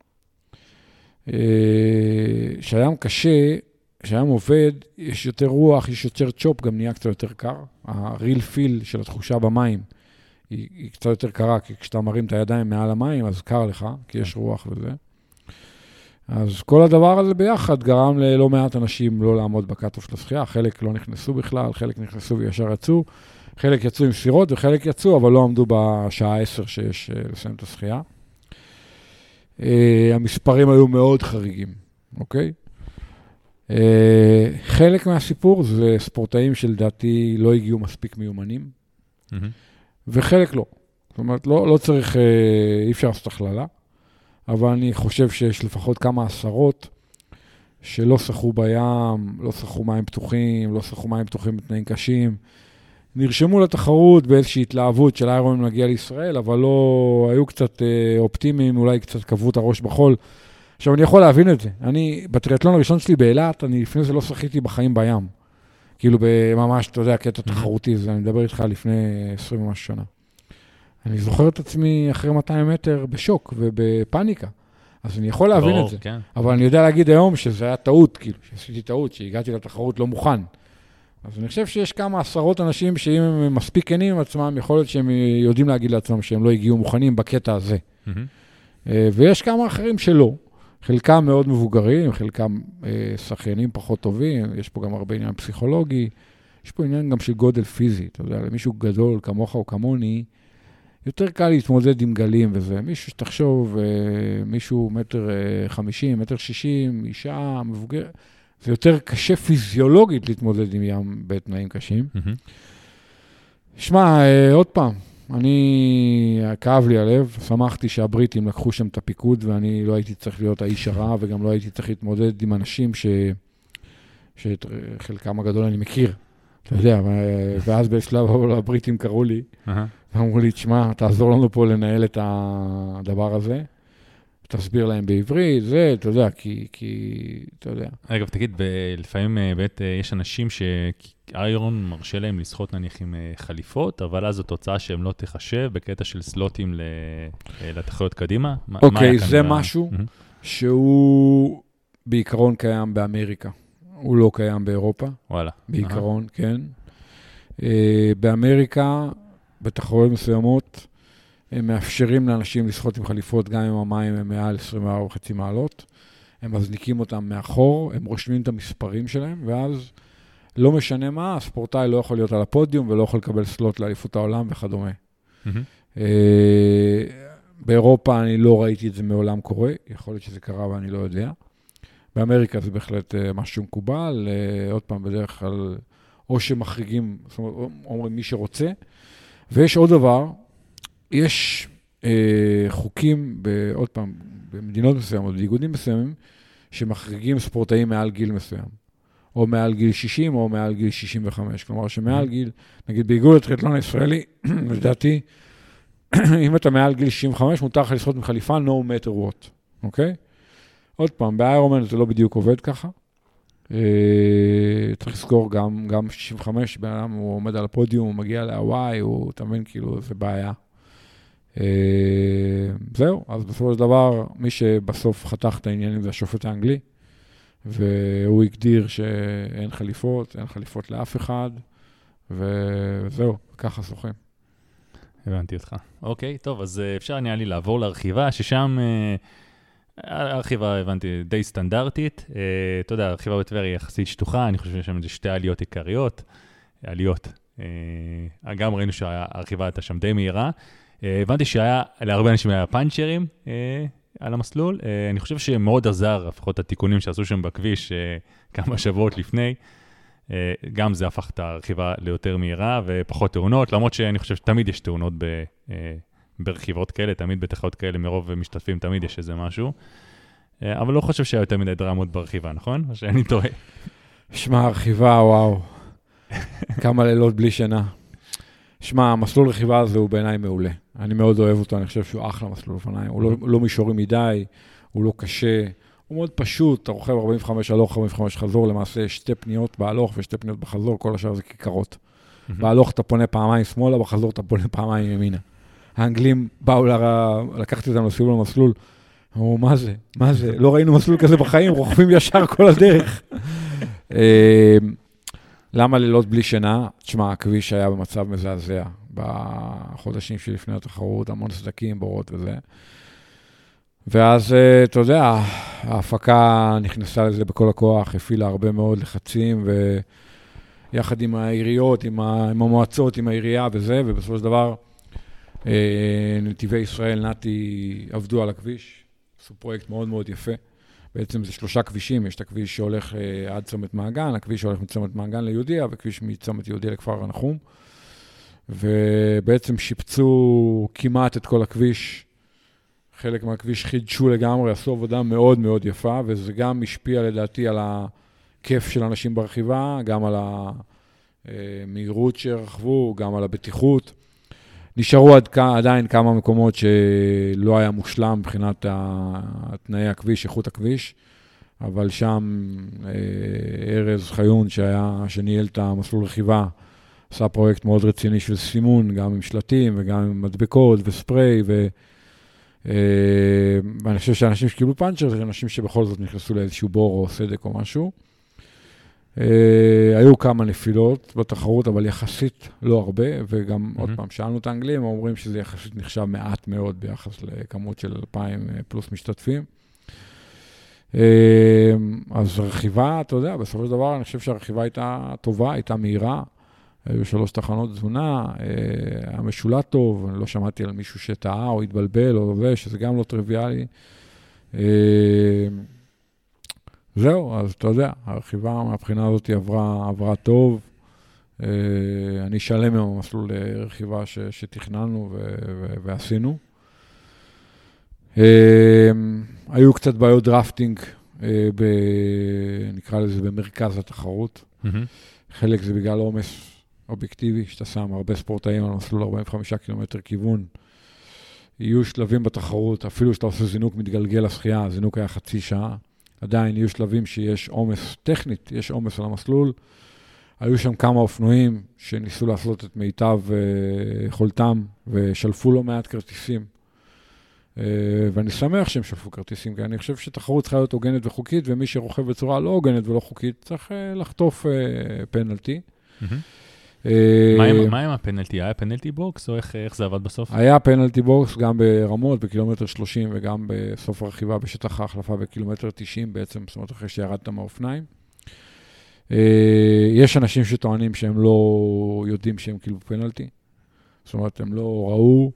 שהים קשה, שהים עובד, יש יותר רוח, יש יותר צ'ופ, גם נהיה קצת יותר קר. הריל פיל של התחושה במים היא, היא קצת יותר קרה, כי כשאתה מרים את הידיים מעל המים, אז קר לך, כי יש רוח וזה. אז כל הדבר הזה ביחד גרם ללא מעט אנשים לא לעמוד בקאט-אוף של השחייה, חלק לא נכנסו בכלל, חלק נכנסו וישר יצאו, חלק יצאו עם סירות וחלק יצאו, אבל לא עמדו בשעה עשר שיש לסיים את השחייה. Uh, המספרים היו מאוד חריגים, אוקיי? Uh, חלק מהסיפור זה ספורטאים שלדעתי לא הגיעו מספיק מיומנים, mm-hmm. וחלק לא. זאת אומרת, לא, לא צריך, uh, אי אפשר לעשות הכללה, אבל אני חושב שיש לפחות כמה עשרות שלא שחו בים, לא שחו מים פתוחים, לא שחו מים פתוחים בתנאים קשים, נרשמו לתחרות באיזושהי התלהבות של איירומן מגיע לישראל, אבל לא, היו קצת אופטימיים, אולי קצת קבעו את הראש בחול. עכשיו, אני יכול להבין את זה. אני, בטריאטלון הראשון שלי באילת, אני לפני זה לא שחיתי בחיים בים. כאילו, ממש, אתה יודע, קטע תחרותי, זה, אני מדבר איתך לפני עשרים ומשהו שנה. אני זוכר את עצמי אחרי מאתיים מטר בשוק ובפניקה. אז אני יכול להבין את זה. כן. אבל אני יודע להגיד היום שזה היה טעות, כאילו, שעשיתי טעות, שהגעתי לתחרות לא מוכן. אז אני חושב שיש כמה עשרות אנשים שאם הם מספיק כנים עם עצמם, יכול להיות שהם יודעים להגיד לעצמם שהם לא הגיעו מוכנים בקטע הזה. ויש כמה אחרים שלא. חלקם מאוד מבוגרים, חלקם שחיינים פחות טובים, יש פה גם הרבה עניין פסיכולוגי, יש פה עניין גם של גודל פיזי, אתה יודע, למישהו גדול כמוך או כמוני, יותר קל להתמודד עם גלים וזה. מישהו שתחשוב, מישהו מטר חמישים, מטר שישים, אישה, מבוגר, זה יותר קשה פיזיולוגית להתמודד עם ים בתנאים קשים. שמע, עוד פעם, אני, כאב לי הלב, שמחתי שהבריטים לקחו שם את הפיקוד, ואני לא הייתי צריך להיות האיש הרע, וגם לא הייתי צריך להתמודד עם אנשים ש... שאת חלקם הגדול אני מכיר. אתה יודע, ואז בשלב הבריטים קראו לי, ואמרו לי, תשמע, תעזור לנו פה לנהל את הדבר הזה, תסביר להם בעברית, זה, אתה יודע, כי, כי, אתה יודע. אגב, תגיד, לפעמים באמת יש אנשים שאיירון מרשה להם לשחות נניח עם חליפות, אבל אז זו תוצאה שהם לא תחשב בקטע של סלוטים לתחרויות קדימה. אוקיי, זה משהו שהוא בעיקרון קיים באמריקה. הוא לא קיים באירופה. וואלה. בעיקרון, כן. באמריקה, בתחרויות מסוימות, הם מאפשרים לאנשים לשחות עם חליפות, גם אם המים הם מעל עשרים וארבע וחצי מעלות. הם מזניקים אותם מאחור, הם רושמים את המספרים שלהם, ואז לא משנה מה, הספורטאי לא יכול להיות על הפודיום, ולא יכול לקבל סלוט לאליפות העולם וכדומה. Mm-hmm. באירופה אני לא ראיתי את זה מעולם קורה, יכול להיות שזה קרה ואני לא יודע. באמריקה זה בהחלט משהו מקובל, עוד פעם בדרך כלל, או שמחריגים, זאת אומרת, אומרים מי שרוצה. ויש עוד דבר, יש אה, חוקים, עוד פעם, במדינות מסוימות, באיגודים מסוימים, שמחריגים ספורטאים מעל גיל מסוים. או מעל גיל שישים, או מעל גיל שישים וחמש. כלומר, שמעל גיל, נגיד באיגוד הטריאטלון הישראלי, לדעתי, אם אתה מעל גיל שישים וחמש, מותר לך לשחות מחליפה, no matter what. אוקיי? עוד פעם, באיירומן זה לא בדיוק עובד ככה. אה, צריך לזכור גם, גם שישים וחמש, בן אדם הוא עומד על הפודיום, הוא מגיע להוואי, הוא תמיד כאילו, זה בעיה. זהו, אז בסופו של דבר, מי שבסוף חתך את העניינים זה השופט האנגלי, והוא הגדיר שאין חליפות, אין חליפות לאף אחד, וזהו, ככה שוחים. הבנתי אותך. אוקיי, טוב, אז אפשר נהיה לי לעבור להרחיבה, ששם הרכיבה, הבנתי, די סטנדרטית. אתה יודע, הרכיבה בטבריה היא יחסית שטוחה, אני חושב שיש שם שתי עליות עיקריות, עליות. גם ראינו שהרכיבה הייתה שם די מהירה. הבנתי שהיה, להרבה אנשים היה פאנצ'רים על המסלול. אני חושב שמאוד עזר, לפחות התיקונים שעשו שם בכביש כמה שבועות לפני. גם זה הפך את הרכיבה ליותר מהירה ופחות תאונות, למרות שאני חושב שתמיד יש תאונות ברכיבות כאלה, תמיד בתחרות כאלה, מרוב משתתפים תמיד יש איזה משהו. אבל לא חושב שהיה יותר מדי דרמות ברכיבה, נכון? או שאני טועה? שמע, הרכיבה, וואו. כמה לילות בלי שינה. שמע, המסלול רכיבה הזה הוא בעיניי מעולה. אני מאוד אוהב אותו, אני חושב שהוא אחלה מסלול אופניים. הוא לא, לא מישורי מדי, הוא לא קשה, הוא מאוד פשוט, אתה רוכב ארבעים וחמש הלוך, ארבעים וחמש חזור, למעשה שתי פניות בהלוך ושתי פניות בחזור, כל השאר זה כיכרות. בהלוך אתה פונה פעמיים שמאלה, בחזור אתה פונה פעמיים ימינה. האנגלים באו לקחתי אותם לסיבוב למסלול, אמרו, מה זה? מה זה? לא ראינו מסלול כזה בחיים, רוכבים ישר כל הדרך. למה לילות בלי שינה? תשמע, הכביש היה במצב מזעזע, בחודשים שלפני התחרות, המון סדקים, בורות וזה. ואז, אתה יודע, ההפקה נכנסה לזה בכל הכוח, הפעילה הרבה מאוד לחצים, ויחד עם העיריות, עם המועצות, עם העירייה וזה, ובסופו של דבר, נתיבי ישראל, נתי, עבדו על הכביש, עשו פרויקט מאוד מאוד יפה. בעצם זה שלושה כבישים, יש את הכביש שהולך עד צומת מעגן, הכביש שהולך מצומת מעגן ליהודיה, וכביש מצומת יהודיה לכפר הנחום. ובעצם שיפצו כמעט את כל הכביש, חלק מהכביש חידשו לגמרי, עשו עבודה מאוד מאוד יפה, וזה גם השפיע לדעתי על הכיף של אנשים ברכיבה, גם על המהירות שרכבו, גם על הבטיחות. נשארו עד, עדיין כמה מקומות שלא היה מושלם מבחינת תנאי הכביש, איכות הכביש, אבל שם ארז חיון שהיה, שניהל את המסלול רכיבה, עשה פרויקט מאוד רציני של סימון, גם עם שלטים וגם עם מדבקות וספרי, ו... ואני חושב שאנשים שקיבלו פאנצ'ר, זה אנשים שבכל זאת נכנסו לאיזשהו בור או סדק או משהו. היו כמה נפילות בתחרות, אבל יחסית לא הרבה, וגם עוד פעם, שאלנו את האנגלים, אומרים שזה יחסית נחשב מעט מאוד ביחס לכמות של אלפיים פלוס משתתפים. אז רכיבה, אתה יודע, בסופו של דבר אני חושב שהרכיבה הייתה טובה, הייתה מהירה, היו שלוש תחנות תזונה, היה משולט טוב, אני לא שמעתי על מישהו שטעה או התבלבל או זה, שזה גם לא טריוויאלי. זהו, אז אתה יודע, הרכיבה מהבחינה הזאת עברה, עברה טוב. אני שלם עם המסלול לרכיבה ש, שתכננו ו, ו, ועשינו. היו קצת בעיות דרפטינג, ב, נקרא לזה במרכז התחרות. Mm-hmm. חלק זה בגלל עומס אובייקטיבי, שאתה שם הרבה ספורטאים על מסלול ארבעים וחמישה קילומטר כיוון. יהיו שלבים בתחרות, אפילו שאתה עושה זינוק מתגלגל לשחייה, הזינוק היה חצי שעה. עדיין יהיו שלבים שיש עומס טכנית, יש עומס על המסלול. היו שם כמה אופנועים שניסו לעשות את מיטב יכולתם, ושלפו לא מעט כרטיסים. ואני שמח שהם שלפו כרטיסים, כי אני חושב שתחרות צריכה להיות הוגנת וחוקית, ומי שרוכב בצורה לא הוגנת ולא חוקית, צריך לחטוף פנלטי. מה עם הפנלטי? היה פנלטי בוקס, או איך זה עבד בסוף? היה פנלטי בוקס גם ברמות, בקילומטר שלושים, וגם בסוף הרכיבה בשטח ההחלפה בקילומטר תשעים בעצם, זאת אומרת אחרי שירדת מהאופניים. יש אנשים שטוענים שהם לא יודעים שהם כאילו פנלטי, זאת אומרת הם לא ראו,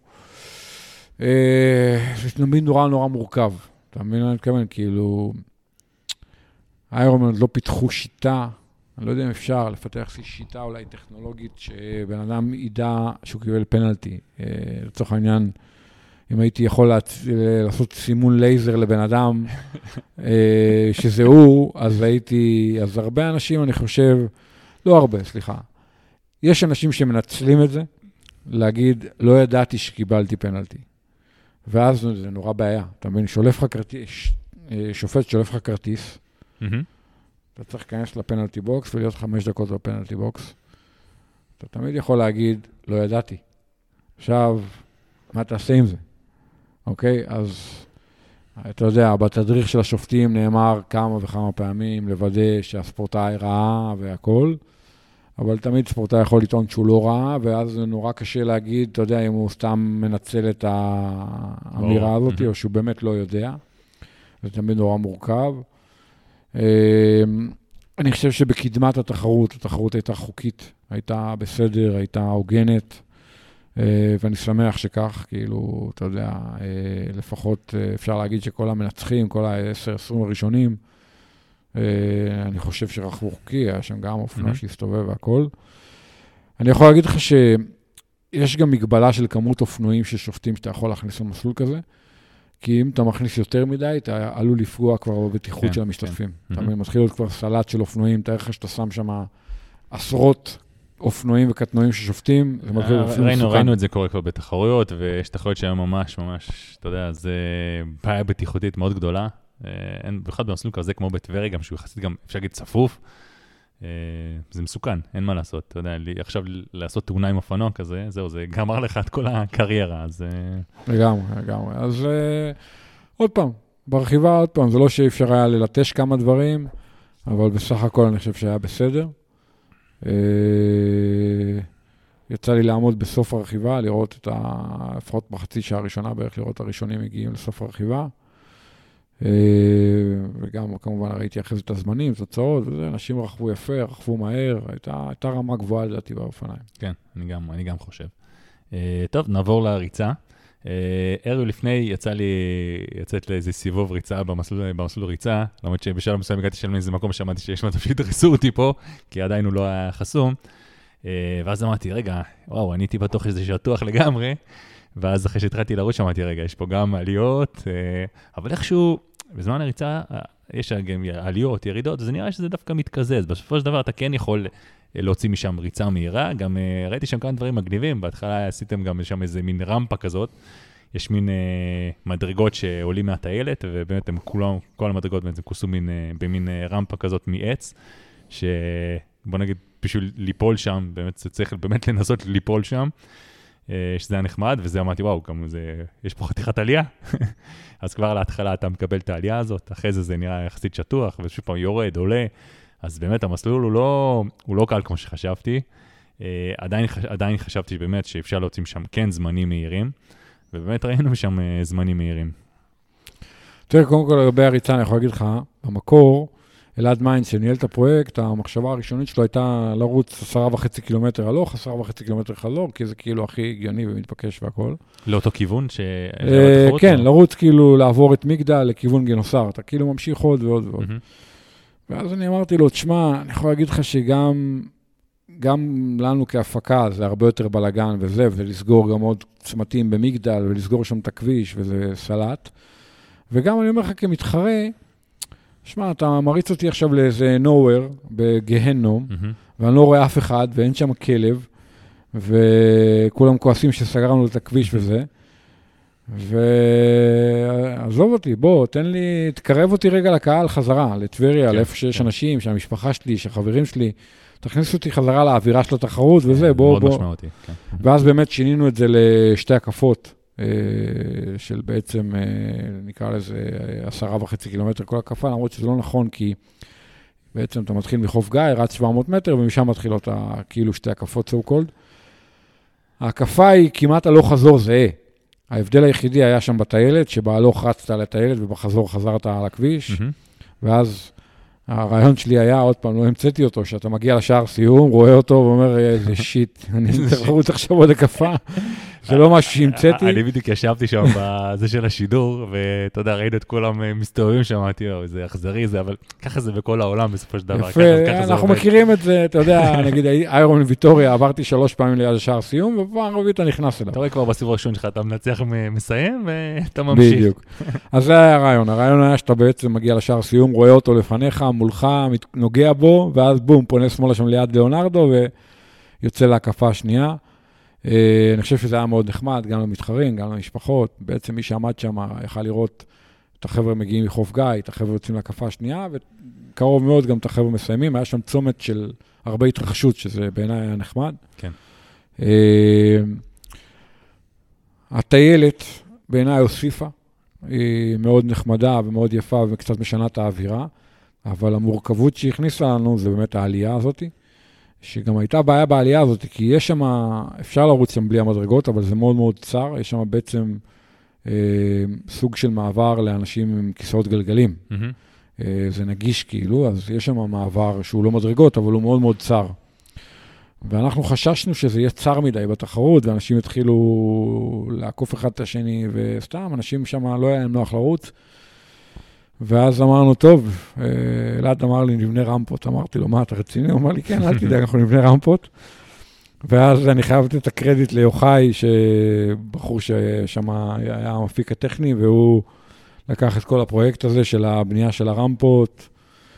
זה תמיד נורא נורא מורכב, אתה מבין מה אני מתכוון? כאילו, איירונמן לא פיתחו שיטה, אני לא יודע אם אפשר לפתח שיטה אולי טכנולוגית שבן אדם ידע שהוא קיבל פנלטי. לצורך העניין, אם הייתי יכול לעשות סימון לייזר לבן אדם שזה הוא, אז הייתי, אז הרבה אנשים אני חושב, לא הרבה, סליחה, יש אנשים שמנצלים את זה, להגיד, לא ידעתי שקיבלתי פנלטי. ואז זה נורא בעיה. אתה מבין, שולף לך כרטיס, שופט שולף לך כרטיס, אתה צריך להיכנס לפנלטי בוקס ולהיות חמש דקות בפנלטי בוקס. אתה תמיד יכול להגיד, לא ידעתי. עכשיו, מה תעשה עם זה? אוקיי? אז אתה יודע, בתדריך של השופטים נאמר כמה וכמה פעמים לוודא שהספורטאי ראה והכל, אבל תמיד ספורטאי יכול לטעון שהוא לא ראה, ואז זה נורא קשה להגיד, אתה יודע, אם הוא סתם מנצל את האמירה הזאת, או שהוא באמת לא יודע. זה תמיד נורא מורכב. אני חושב שבקדמת התחרות, התחרות הייתה חוקית, הייתה בסדר, הייתה הוגנת, ואני שמח שכך, כאילו, אתה יודע, לפחות אפשר להגיד שכל המנצחים, כל ה-עשר עשרים הראשונים, אני חושב שרכבו חוקי, היה שם גם אופנוע שהסתובב והכל. אני יכול להגיד לך שיש גם מגבלה של כמות אופנועים ששופטים שאתה יכול להכניס למסלול כזה, כי אם אתה מכניס יותר מדי, אתה עלול לפגוע כבר בבטיחות של המשתתפים. אתה מתחיל להיות כבר סלט של אופנועים, תאר לך שאתה שם שם עשרות אופנועים וקטנועים ששופטים, זה מתחיל להיות אפילו מסוכן. ראינו את זה קורה כבר בתחרויות, ויש תחרויות שהיום ממש, ממש, אתה יודע, זה בעיה בטיחותית מאוד גדולה. במיוחד במסלול כזה, כמו בטברי, גם שהוא יחסית גם, אפשר להגיד, צפוף. זה מסוכן, אין מה לעשות. אתה יודע, עכשיו לעשות תאונה עם אופנוע כזה, זהו, זה גמר לך את כל הקריירה, אז... לגמרי, לגמרי. אז עוד פעם, ברכיבה עוד פעם, זה לא שאפשר היה ללטש כמה דברים, אבל בסך הכל אני חושב שהיה בסדר. יצא לי לעמוד בסוף הרכיבה, לראות את ה... לפחות בחצי שעה הראשונה בערך, לראות הראשונים מגיעים לסוף הרכיבה. וגם כמובן ראיתי אחרי זה את הזמנים, תוצאות, וזה, אנשים רכבו יפה, רכבו מהר, הייתה, הייתה רמה גבוהה לדעתי באופניים. כן, אני גם, אני גם חושב. טוב, נעבור לריצה. אריו לפני יצא לי, יצאת לאיזה סיבוב ריצה במסלול, במסלול ריצה, למרות שבשלב מסוים הגעתי של איזה מקום שמעתי שיש מצב שידרסו אותי פה, כי עדיין הוא לא היה חסום. ואז אמרתי, רגע, וואו, אני הייתי בטוח שזה שטוח לגמרי, ואז אחרי שהתחלתי לרוץ, שמעתי, רגע, יש פה גם עליות, אבל איכשהו, בזמן הריצה, יש גם עליות, ירידות, זה נראה שזה דווקא מתקזז. בסופו של דבר אתה כן יכול להוציא משם ריצה מהירה, גם ראיתי שם כמה דברים מגניבים, בהתחלה עשיתם גם שם איזה מין רמפה כזאת, יש מין מדרגות שעולים מהטיילת, ובאמת הם כולם, כל המדרגות בעצם כוסו מין, במין רמפה כזאת מעץ, שבוא נגיד, בשביל ליפול שם, באמת צריך באמת לנסות ליפול שם, שזה היה נחמד, וזה אמרתי, וואו, גם זה, יש פה חתיכת עלייה. אז כבר להתחלה אתה מקבל את העלייה הזאת, אחרי זה זה נראה יחסית שטוח, ושוב פעם יורד, עולה, אז באמת המסלול הוא לא, הוא לא קל כמו שחשבתי. עדיין, עדיין חשבתי באמת שאפשר להוציא שם כן זמנים מהירים, ובאמת ראינו שם זמנים מהירים. תראה, קודם כל לגבי הריצה, אני יכול להגיד לך, במקור, אלעד מיינס, שניהל את הפרויקט, המחשבה הראשונית שלו הייתה לרוץ עשרה וחצי קילומטר הלוך, עשרה וחצי קילומטר חלור, כי זה כאילו הכי הגיוני ומתבקש והכל. לאותו כיוון ש... כן, לרוץ כאילו לעבור את מגדל לכיוון גינוסר, אתה כאילו ממשיך עוד ועוד ועוד. ואז אני אמרתי לו, תשמע, אני יכול להגיד לך שגם גם לנו כהפקה זה הרבה יותר בלגן וזה, ולסגור גם עוד צמתים במגדל, ולסגור שם את הכביש, וזה סלט. וגם אני אומר לך כמתחרה, שמע, אתה מריץ אותי עכשיו לאיזה nowhere בגהנום, mm-hmm. ואני לא רואה אף אחד, ואין שם כלב, וכולם כועסים שסגרנו את הכביש mm-hmm. וזה, ועזוב אותי, בוא, תן לי, תקרב אותי רגע לקהל חזרה, לטבריה, כן, לאיפה שיש כן. אנשים, שהמשפחה שלי, שהחברים שלי, תכניס אותי חזרה לאווירה של התחרות וזה, בוא, מאוד בוא. מאוד משמעותי, כן. ואז באמת שינינו את זה לשתי הקפות, של בעצם, נקרא לזה, עשרה וחצי קילומטר כל הקפה, למרות שזה לא נכון, כי בעצם אתה מתחיל מחוף גיא, רץ שבע מאות מטר, ומשם מתחילות כאילו שתי הקפות so called. ההקפה היא כמעט הלוך חזור זהה. ההבדל היחידי היה שם בטיילת, שבהלוך רצת על הטיילת, ובחזור חזרת על הכביש, ואז הרעיון שלי היה, עוד פעם, לא המצאתי אותו, שאתה מגיע לשער סיום, רואה אותו ואומר, איזה שיט, אני צריך עכשיו עוד הקפה. זה לא משהו שהמצאתי. אני בדיוק ישבתי שם בזה של השידור, ואתה יודע, ראינו את כולם מסתובבים שם, אמרתי, זה אכזרי זה, אבל ככה זה בכל העולם בסופו של דבר. יפה, אנחנו מכירים את זה, אתה יודע, נגיד, איירון ויטוריה, עברתי שלוש פעמים ליד השער סיום, ופעם רביעית אתה נכנס אליו. אתה רואה כבר בסיבוב הראשון שלך, אתה מנצח מסיים, ואתה ממשיך. בדיוק. אז זה היה הרעיון. הרעיון היה שאתה בעצם מגיע לשער סיום, רואה אותו לפניך, מולך, נוגע בו, ואז בום, פונה שמאלה שם ליד ליאונרדו, ויוצא להקפה השנייה. אני חושב שזה היה מאוד נחמד, גם למתחרים, גם למשפחות. בעצם מי שעמד שם יכל לראות את החבר'ה מגיעים מחוף גיא, את החבר'ה יוצאים להקפה השנייה, וקרוב מאוד גם את החבר'ה מסיימים. היה שם צומת של הרבה התרחשות, שזה בעיניי היה נחמד. כן. הטיילת בעיניי הוסיפה, היא מאוד נחמדה ומאוד יפה וקצת משנה את האווירה, אבל המורכבות שהכניסה לנו זה באמת העלייה הזאת, שגם הייתה בעיה בעלייה הזאת, כי יש שם, אפשר לרוץ שם בלי המדרגות, אבל זה מאוד מאוד צר, יש שם בעצם אה, סוג של מעבר לאנשים עם כיסאות גלגלים. Mm-hmm. אה, זה נגיש כאילו, אז יש שם מעבר שהוא לא מדרגות, אבל הוא מאוד מאוד צר. ואנחנו חששנו שזה יהיה צר מדי בתחרות, ואנשים התחילו לעקוף אחד את השני, וסתם, אנשים שם לא היה להם נוח לרוץ. ואז אמרנו, טוב, אלעד אמר לי, נבנה רמפות. אמרתי לו, מה, אתה רציני? הוא אמר לי, כן, אל תדאג, אנחנו נבנה רמפות. ואז אני חייב לתת את הקרדיט ליוחאי, שבחור ששם היה המפיק הטכני, והוא לקח את כל הפרויקט הזה של הבנייה של הרמפות,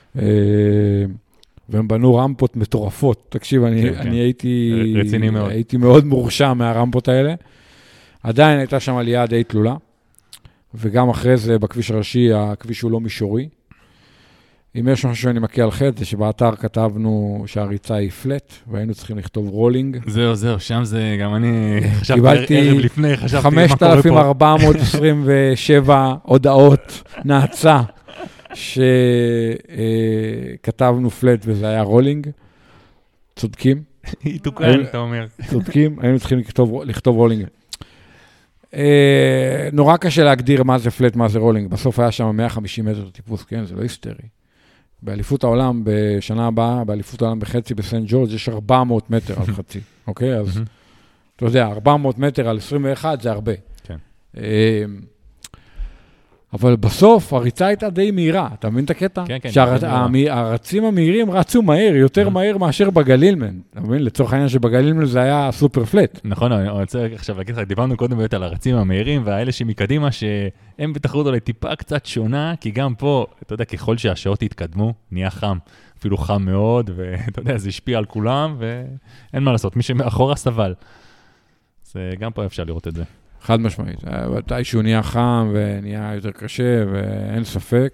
והם בנו רמפות מטורפות. תקשיב, אני, כן, אני כן. הייתי, רציני מאוד. הייתי מאוד מורשע מהרמפות האלה. עדיין הייתה שם עלייה די תלולה. וגם אחרי זה, בכביש הראשי, הכביש הוא לא מישורי. אם יש משהו שאני מכה על חטא, זה שבאתר כתבנו שהריצה היא פלט, והיינו צריכים לכתוב רולינג. זהו, זהו, שם זה גם אני חשבתי ערב לפני, חשבתי מה קורה פה. חמשת אלפים ארבע מאות עשרים ושבע הודעות נעצה, שכתבנו פלט וזה היה רולינג. צודקים. היא תוקן, אתה אומר. צודקים, היינו צריכים לכתוב רולינג. נורא קשה להגדיר מה זה פלט, מה זה רולינג. בסוף היה שם מאה וחמישים מטר טיפוס, כן, זה לא היסטרי. באליפות העולם, בשנה הבאה, באליפות העולם בחצי בסנט ג'ורג' יש ארבע מאות מטר על חצי, אוקיי? אז אתה יודע, ארבע מאות מטר על עשרים ואחת זה הרבה. כן. אבל בסוף הריצה הייתה די מהירה, אתה מבין את הקטע? כן, כן. שהרצים המהירים רצו מהר, יותר מהר מאשר בגלילמן. אתה מבין? לצורך העניין שבגלילמן זה היה סופר פלט. נכון, אני רוצה עכשיו להגיד לך, דיברנו קודם באמת על הרצים המהירים, והאלה שמקדימה שהם בתחרות אולי טיפה קצת שונה, כי גם פה, אתה יודע, ככל שהשעות התקדמו, נהיה חם. אפילו חם מאוד, ואתה יודע, זה השפיע על כולם, ואין מה לעשות, מי שמאחורה סבל. אז גם פה אפשר לראות את זה. חד משמעית. מתי שהוא נהיה חם ונהיה יותר קשה, ואין ספק.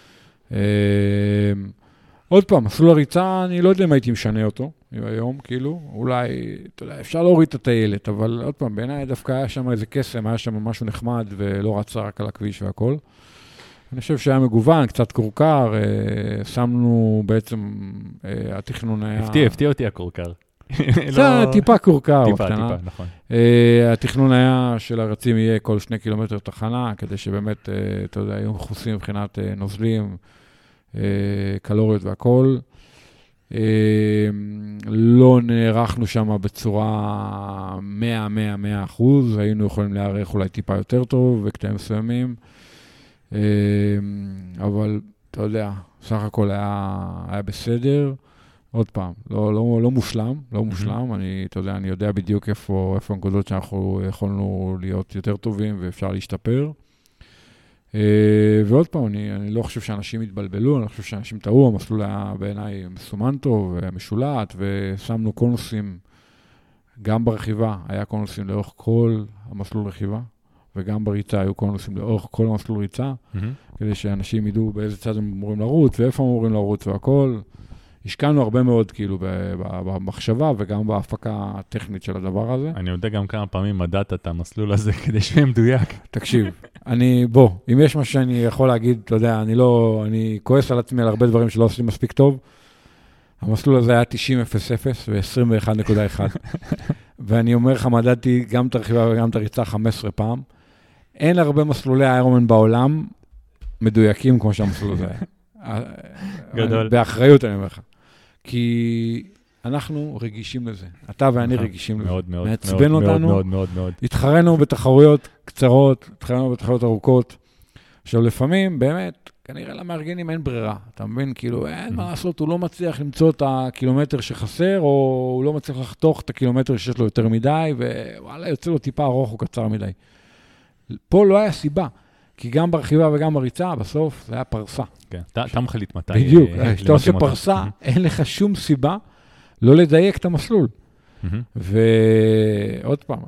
עוד פעם, מסלול הריצה, אני לא יודע אם הייתי משנה אותו היום, כאילו, אולי, אתה יודע, אפשר להוריד את הטיילת, אבל עוד פעם, בעיניי דווקא היה שם איזה קסם, היה שם משהו נחמד, ולא רצה רק על הכביש והכל. אני חושב שהיה מגוון, קצת קורקר, שמנו בעצם, התכנון היה... הפתיע, הפתיע אותי הקורקר. זה טיפה קורקר. טיפה, טיפה, נכון. התכנון היה של הרצים יהיה כל שני קילומטר תחנה, כדי שבאמת, אתה יודע, היו מכוסים מבחינת נוזלים, קלוריות והכל. לא נערכנו שם בצורה מאה, מאה, מאה אחוז, היינו יכולים להערך אולי טיפה יותר טוב, בקטעים מסוימים. אבל, אתה יודע, סך הכל היה, היה בסדר. עוד פעם, לא, לא, לא מושלם, לא מושלם. אני, אתה יודע, אני יודע בדיוק איפה, איפה הנקודות שאנחנו יכולנו להיות יותר טובים ואפשר להשתפר. ועוד פעם, אני, אני לא חושב שאנשים התבלבלו, אני חושב שאנשים טעו, המסלול היה בעיניי מסומן טוב ומשולט, ושמנו קונוסים, גם ברכיבה, היה קונוסים לאורך כל המסלול רכיבה, וגם בריצה היו קונוסים לאורך כל המסלול ריצה, mm-hmm. כדי שאנשים ידעו באיזה צד הם אמורים לרוץ, ואיפה הם אמורים לרוץ והכל. השקענו הרבה מאוד כאילו במחשבה וגם בהפקה הטכנית של הדבר הזה. אני יודע גם כמה פעמים מדעת את המסלול הזה כדי שיהיה מדויק. תקשיב, אני, בוא, אם יש משהו שאני יכול להגיד, אתה יודע, אני לא, אני כועס על עצמי על הרבה דברים שלא עושים מספיק טוב. המסלול הזה היה תשעים אפס אפס ו-עשרים ואחת נקודה אחת. ואני אומר לך, מדעתי גם את הרכיבה וגם את הריצה חמש עשרה פעם. אין הרבה מסלולי איירומן בעולם מדויקים כמו שהמסלול הזה היה. גדול. באחריות אני אומר לך. כי אנחנו רגישים לזה. אתה ואני רגישים לזה. מאוד מאוד. מעצבן אותנו. מאוד מאוד מאוד. התחרנו בתחרויות קצרות, התחרנו בתחרויות ארוכות. עכשיו לפעמים, באמת, כנראה למארגנים אין ברירה. אתה מבין? כאילו, אין מה לעשות, הוא לא מצליח למצוא את הקילומטר שחסר, או הוא לא מצליח לחתוך את הקילומטר שיש לו יותר מדי, ווואלה, יוצא לו טיפה ארוך או קצר מדי. פה לא היה סיבה. כי גם ברכיבה וגם בריצה, בסוף זה היה פרסה. כן, אתה מחליט מתי. בדיוק, כשאתה עושה פרסה, אין לך שום סיבה לא לדייק את המסלול. ועוד פעם,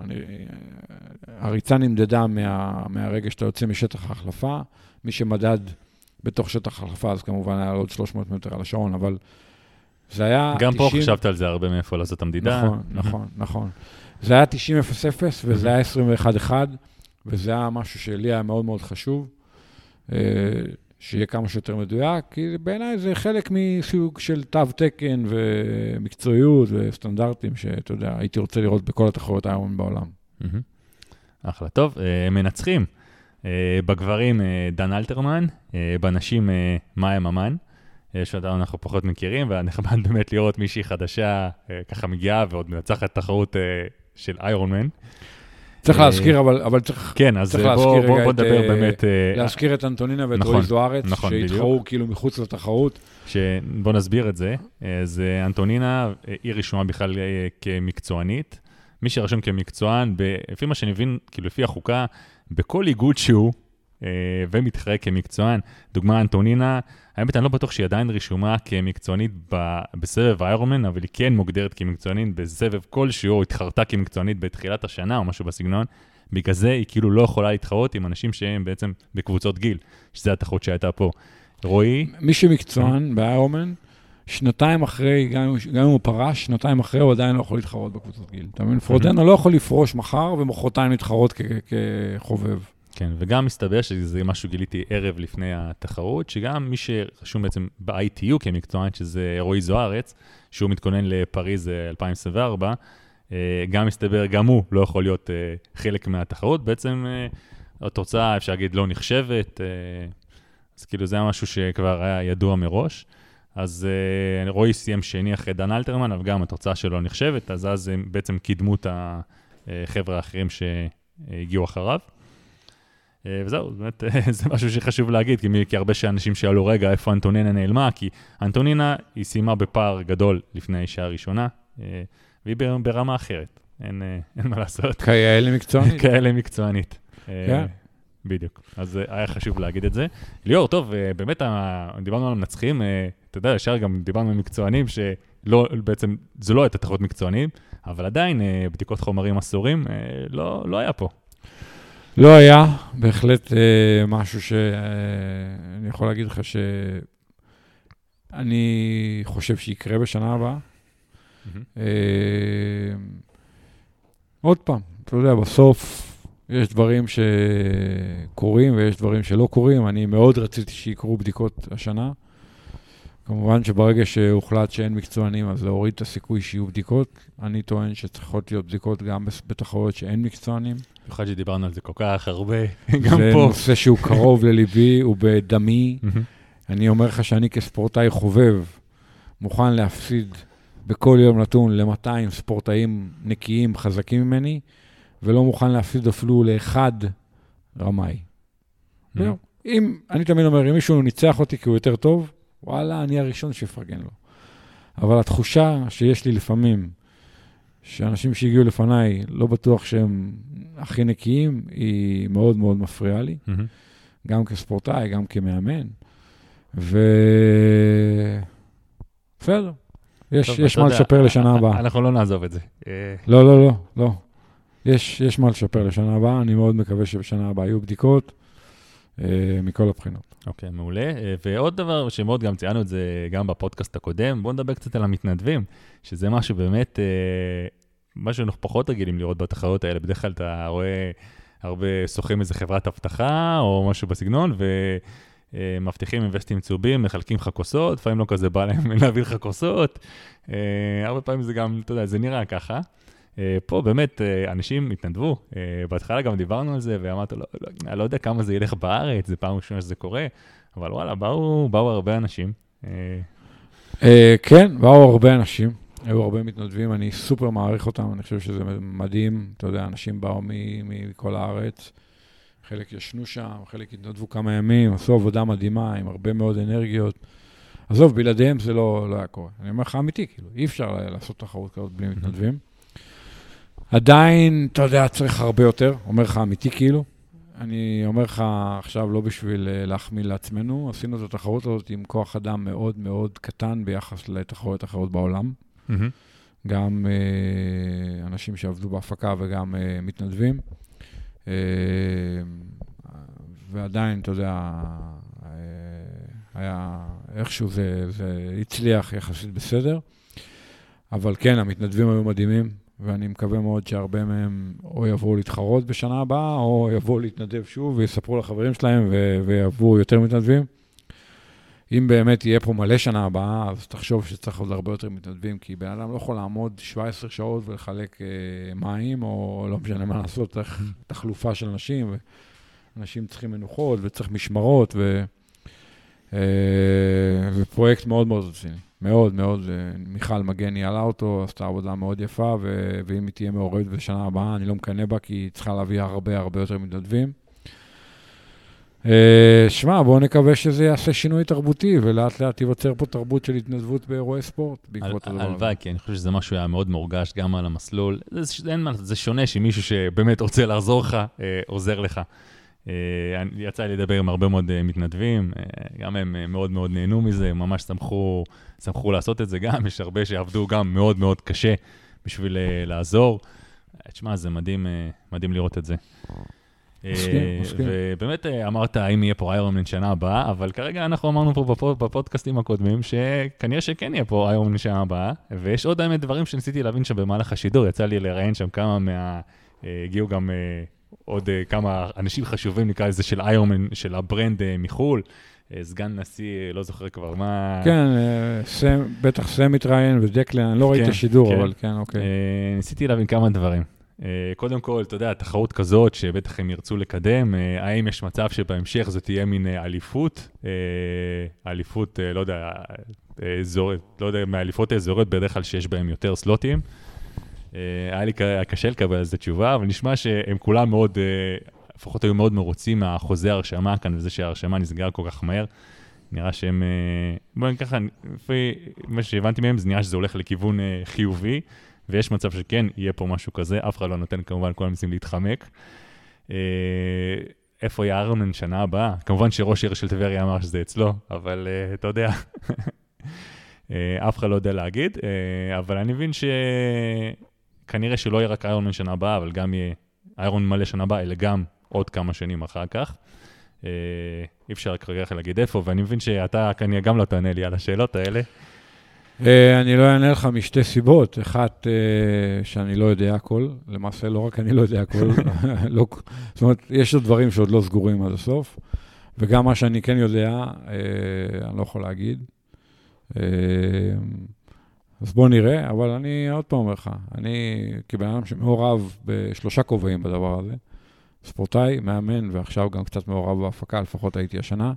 הריצה נמדדה מהרגע שאתה יוצא משטח ההחלפה, מי שמדד בתוך שטח ההחלפה, אז כמובן היה עוד שלוש מאות מטר על השעון, אבל זה היה... גם פה חשבת על זה הרבה מאיפה לעשות המדידה. נכון, נכון, נכון. זה היה תשעים אפס אפס וזה היה עשרים ואחת אחת. וזה היה משהו שלי היה מאוד מאוד חשוב, שיהיה כמה שיותר מדויק, כי בעיניי זה חלק מסוג של תו תקן ומקצועיות וסטנדרטים, שאתה יודע, הייתי רוצה לראות בכל התחרויות היום בעולם. אחלה, טוב, מנצחים. בגברים דן אלתרמן, בנשים מאיה ממן, שאתה אנחנו פחות מכירים, והנחמד באמת לראות מישהי חדשה, ככה מגיעה ועוד מנצחת תחרות של איירונמן. צריך להזכיר, אבל צריך... כן, אז בוא נדבר באמת... להזכיר את אנטונינה ואת רועי זוארץ, שהתחרו כאילו מחוץ לתחרות. בוא נסביר את זה. אז אנטונינה היא רשומה בכלל כמקצוענית. מי שרשום כמקצוען, לפי מה שאני מבין, כאילו לפי החוקה, בכל איגוד שהוא, ומתחרה כמקצוען, דוגמה אנטונינה, האמת אני לא בטוח שהיא עדיין רשומה כמקצוענית בסבב איירומן, אבל היא כן מוגדרת כמקצוענית בסבב כלשהו, התחרתה כמקצוענית בתחילת השנה או משהו בסגנון, בגלל זה היא כאילו לא יכולה להתחרות עם אנשים שהם בעצם בקבוצות גיל, שזה התחרות שהייתה פה. רועי? מי שמקצוען באיירומן, שנתיים אחרי, גם אם הוא פרש, שנתיים אחרי הוא עדיין לא יכול להתחרות בקבוצות גיל. אתה מבין? פרודנו לא יכול לפרוש מחר ומחרתיים להתחרות כחובב. כן, וגם מסתבר שזה משהו גיליתי ערב לפני התחרות, שגם מי שרשום בעצם ב-איי טי יו כמקצוען, שזה רועי זוארץ, שהוא מתכונן לפריז אלפיים עשרים וארבע, גם מסתבר, גם הוא לא יכול להיות חלק מהתחרות, בעצם התוצאה, אפשר להגיד, לא נחשבת, אז כאילו זה היה משהו שכבר היה ידוע מראש, אז רועי סיים שני אחרי דן אלתרמן, אבל גם התוצאה שלו נחשבת, אז אז בעצם קידמו את החבר'ה האחרים שהגיעו אחריו. וזהו, באמת, זה משהו שחשוב להגיד, כי, כי הרבה שאנשים שאלו, רגע, איפה אנטונינה נעלמה? כי אנטונינה היא סיימה בפער גדול לפני האישה הראשונה, והיא ברמה אחרת, אין, אין מה לעשות. כאלה מקצוענית. כאלה מקצוענית. כן. בדיוק, אז היה חשוב להגיד את זה. ליאור, טוב, באמת, דיברנו על המנצחים, אתה יודע, ישר גם דיברנו על מקצוענים, שלא, בעצם, זה לא הייתה תחרות מקצוענים, אבל עדיין, בדיקות חומרים אסורים, לא, לא היה פה. לא היה, בהחלט אה, משהו שאני יכול להגיד לך שאני חושב שיקרה בשנה הבאה. Mm-hmm. אה, עוד פעם, אתה יודע, בסוף יש דברים שקורים ויש דברים שלא קורים. אני מאוד רציתי שיקרו בדיקות השנה. כמובן שברגע שהוחלט שאין מקצוענים, אז להוריד את הסיכוי שיהיו בדיקות. אני טוען שצריכות להיות בדיקות גם בתחרויות שאין מקצוענים. במיוחד שדיברנו על זה כל כך הרבה, גם פה. זה נושא שהוא קרוב לליבי, הוא בדמי. אני אומר לך שאני כספורטאי חובב, מוכן להפסיד בכל יום נתון ל-מאתיים ספורטאים נקיים חזקים ממני, ולא מוכן להפסיד אפילו לאחד רמאי. אם, אני תמיד אומר, אם מישהו ניצח אותי כי הוא יותר טוב, וואלה, אני הראשון שיפרגן לו. אבל התחושה שיש לי לפעמים, שאנשים שהגיעו לפניי, לא בטוח שהם הכי נקיים, היא מאוד מאוד מפריעה לי. Mm-hmm. גם כספורטאי, גם כמאמן. ו... בסדר. יש, טוב, יש מה יודע, לשפר לשנה הבאה. אנחנו לא נעזוב את זה. לא, לא, לא, לא. יש, יש מה לשפר לשנה הבאה. אני מאוד מקווה שבשנה הבאה יהיו בדיקות מכל הבחינות. אוקיי, מעולה. ועוד דבר שמאוד גם ציינו את זה גם בפודקאסט הקודם, בואו נדבר קצת על המתנדבים, שזה משהו באמת, משהו אנחנו פחות רגילים לראות בתחרות האלה. בדרך כלל אתה רואה הרבה שוחים איזה חברת הבטחה או משהו בסגנון, ומבטיחים עם וסטים צהובים, מחלקים לך כוסות, לפעמים לא כזה בא להם להביא לך כוסות. הרבה פעמים זה גם, אתה יודע, זה נראה ככה. פה באמת אנשים התנדבו, בהתחלה גם דיברנו על זה, ואמרתי, לא, לא, אני לא יודע כמה זה ילך בארץ, זה פעם ראשונה שזה קורה, אבל וואלה, באו, באו הרבה אנשים. כן, באו הרבה אנשים, היו הרבה מתנדבים, אני סופר מעריך אותם, אני חושב שזה מדהים, אתה יודע, אנשים באו מכל הארץ, חלק ישנו שם, חלק התנדבו כמה ימים, עשו עבודה מדהימה, עם הרבה מאוד אנרגיות. עזוב, בלעדיהם זה לא, לא היה קורה. אני אומר לך אמיתי, כאילו, אי אפשר לעשות תחרות כזאת בלי מתנדבים. עדיין, אתה יודע, צריך הרבה יותר, אומר לך אמיתי כאילו. אני אומר לך עכשיו לא בשביל להחמיא לעצמנו, עשינו את התחרות הזאת עם כוח אדם מאוד מאוד קטן ביחס לתחרויות אחרות בעולם. Mm-hmm. גם אה, אנשים שעבדו בהפקה וגם אה, מתנדבים. אה, ועדיין, אתה יודע, אה, היה איכשהו זה, זה הצליח יחסית בסדר. אבל כן, המתנדבים היו מדהימים. ואני מקווה מאוד שהרבה מהם או יבואו להתחרות בשנה הבאה, או יבואו להתנדב שוב ויספרו לחברים שלהם ו- ויבואו יותר מתנדבים. אם באמת יהיה פה מלא שנה הבאה, אז תחשוב שצריך עוד הרבה יותר מתנדבים, כי בן אדם לא יכול לעמוד שבע עשרה שעות ולחלק אה, מים, או לא משנה מה לעשות, צריך תחלופה של אנשים, ואנשים צריכים מנוחות וצריך משמרות, ו... אה, ופרויקט מאוד מאוד רציני. מאוד מאוד, מיכל מגני עלה אותו, עשתה עבודה מאוד יפה, ו- ואם היא תהיה מעורבת בשנה הבאה, אני לא מקנה בה, כי היא צריכה להביא הרבה הרבה יותר מתנדבים. שמע, בואו נקווה שזה יעשה שינוי תרבותי, ולאט לאט תיווצר פה תרבות של התנדבות באירועי ספורט, בעקבות הדבר הזה. הלוואי, כי אני חושב שזה משהו היה מאוד מורגש גם על המסלול. זה, אין מה, זה שונה שמישהו שבאמת רוצה לעזור לך, עוזר לך. יצא לי לדבר עם הרבה מאוד מתנדבים, גם הם מאוד מאוד נהנו מזה, ממש שמחו, שמחו לעשות את זה גם, יש הרבה שעבדו גם מאוד מאוד קשה בשביל לעזור. תשמע, זה מדהים, מדהים לראות את זה. מסכים, מסכים. ובאמת אמרת, האם יהיה פה איירונמן שנה הבאה, אבל כרגע אנחנו אמרנו פה בפודקאסטים הקודמים, שכנראה שכן יהיה פה איירונמן שנה הבאה, ויש עוד האמת דברים שניסיתי להבין שם במהלך השידור, יצא לי לראיין שם כמה מה... הגיעו גם... עוד כמה אנשים חשובים, נקרא לזה, של איירונמן, של הברנד מחול, סגן נשיא, לא זוכר כבר מה... כן, בטח סם מתראיין ודקלן, אני לא ראיתי השידור, אבל כן, אוקיי. ניסיתי להבין כמה דברים. קודם כל, אתה יודע, תחרות כזאת, שבטח הם ירצו לקדם, האם יש מצב שבהמשך זו תהיה מין אליפות, אליפות, לא יודע, אזורית, לא יודע, מאליפות האזוריות, בדרך כלל שיש בהם יותר סלוטים, היה לי קשה לקבל על זה תשובה, אבל נשמע שהם כולם מאוד, לפחות היו מאוד מרוצים מהחוזה הרשמה כאן, וזה שההרשמה נסגר כל כך מהר. נראה שהם, בואו נגיד ככה, מה שהבנתי מהם, זה נראה שזה הולך לכיוון חיובי, ויש מצב שכן, יהיה פה משהו כזה, אף אחד לא נותן כמובן כל המנסים להתחמק. איפה יהיה איירון מן שנה הבאה? כמובן שראש עיר של טבריה אמר שזה אצלו, אבל אתה יודע, אף אחד לא יודע להגיד, אבל אני מבין שכנראה שלא יהיה רק איירון מן שנה הבאה, אבל גם יהיה איירון מלא שנה הבאה, אלא גם עוד כמה שנים אחר כך. אי אפשר כרגע להגיד איפה, ואני מבין שאתה כנראה גם לא תענה לי על השאלות האלה. אני לא אענה לך משתי סיבות. אחת, שאני לא יודע הכל, למעשה לא רק אני לא יודע הכל, זאת אומרת, יש עוד דברים שעוד לא סגורים עד הסוף, וגם מה שאני כן יודע, אני לא יכול להגיד. אז בוא נראה, אבל אני עוד פעם אומר לך, אני כבן אדם שמעורב בשלושה כובעים בדבר הזה, ספורטאי, מאמן, ועכשיו גם קצת מעורב בהפקה, לפחות הייתי השנה.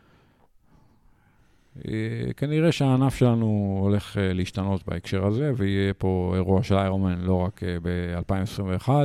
כנראה שהענף שלנו הולך להשתנות בהקשר הזה, ויהיה פה אירוע של איירון לא רק ב-אלפיים עשרים ואחת,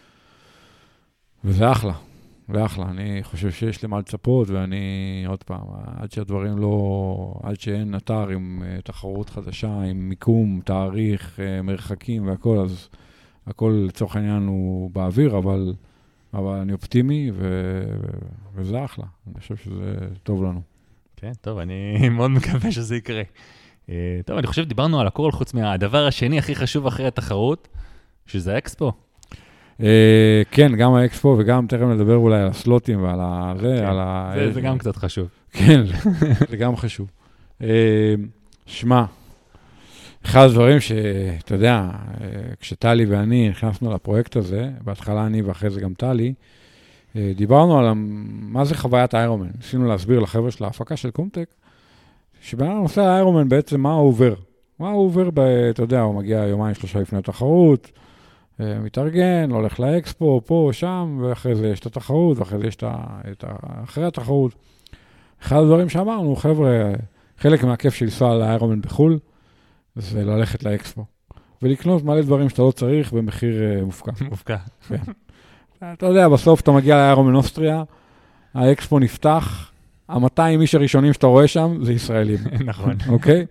וזה אחלה, זה אחלה. אני חושב שיש למה לצפות, ואני עוד פעם, עד שהדברים לא, עד שאין אתר עם תחרות חדשה, עם מיקום, תאריך, מרחקים והכל, אז הכל לצורך העניין הוא באוויר, אבל... אבל אני אופטימי, ו... וזה אחלה. אני חושב שזה טוב לנו. כן, טוב, אני מאוד מקווה שזה יקרה. טוב, אני חושב דיברנו על הכל חוץ מהדבר השני הכי חשוב אחרי התחרות, שזה האקספו. כן, גם האקספו, וגם תכף נדבר אולי על הסלוטים ועל ה... זה גם קצת חשוב. כן, זה גם חשוב. שמע, אחד הדברים שאתה יודע, כשטלי ואני נכנסנו לפרויקט הזה, בהתחלה אני ואחרי זה גם טלי, דיברנו על מה זה חוויית האיירומן. ניסינו להסביר לחבר'ה של ההפקה של קומטק, שבעניין נושא האיירומן בעצם מה הוא עובר. מה הוא עובר, ב, אתה יודע, הוא מגיע יומיים שלושה לפני התחרות, מתארגן, הולך לאקספו, פה, שם, ואחרי זה יש את התחרות, ואחרי זה יש את, את אחרי התחרות. אחד הדברים שאמרנו, חבר'ה, חלק מהכיף של לנסוע לאיירומן בחול, זה ללכת לאקספו, ולקנות מלא דברים שאתה לא צריך במחיר מופקע. מופקע. אתה יודע, בסוף אתה מגיע לאיירון אוסטריה, האקספו נפתח, ה-מאתיים איש הראשונים שאתה רואה שם, זה ישראלים. נכון. אוקיי?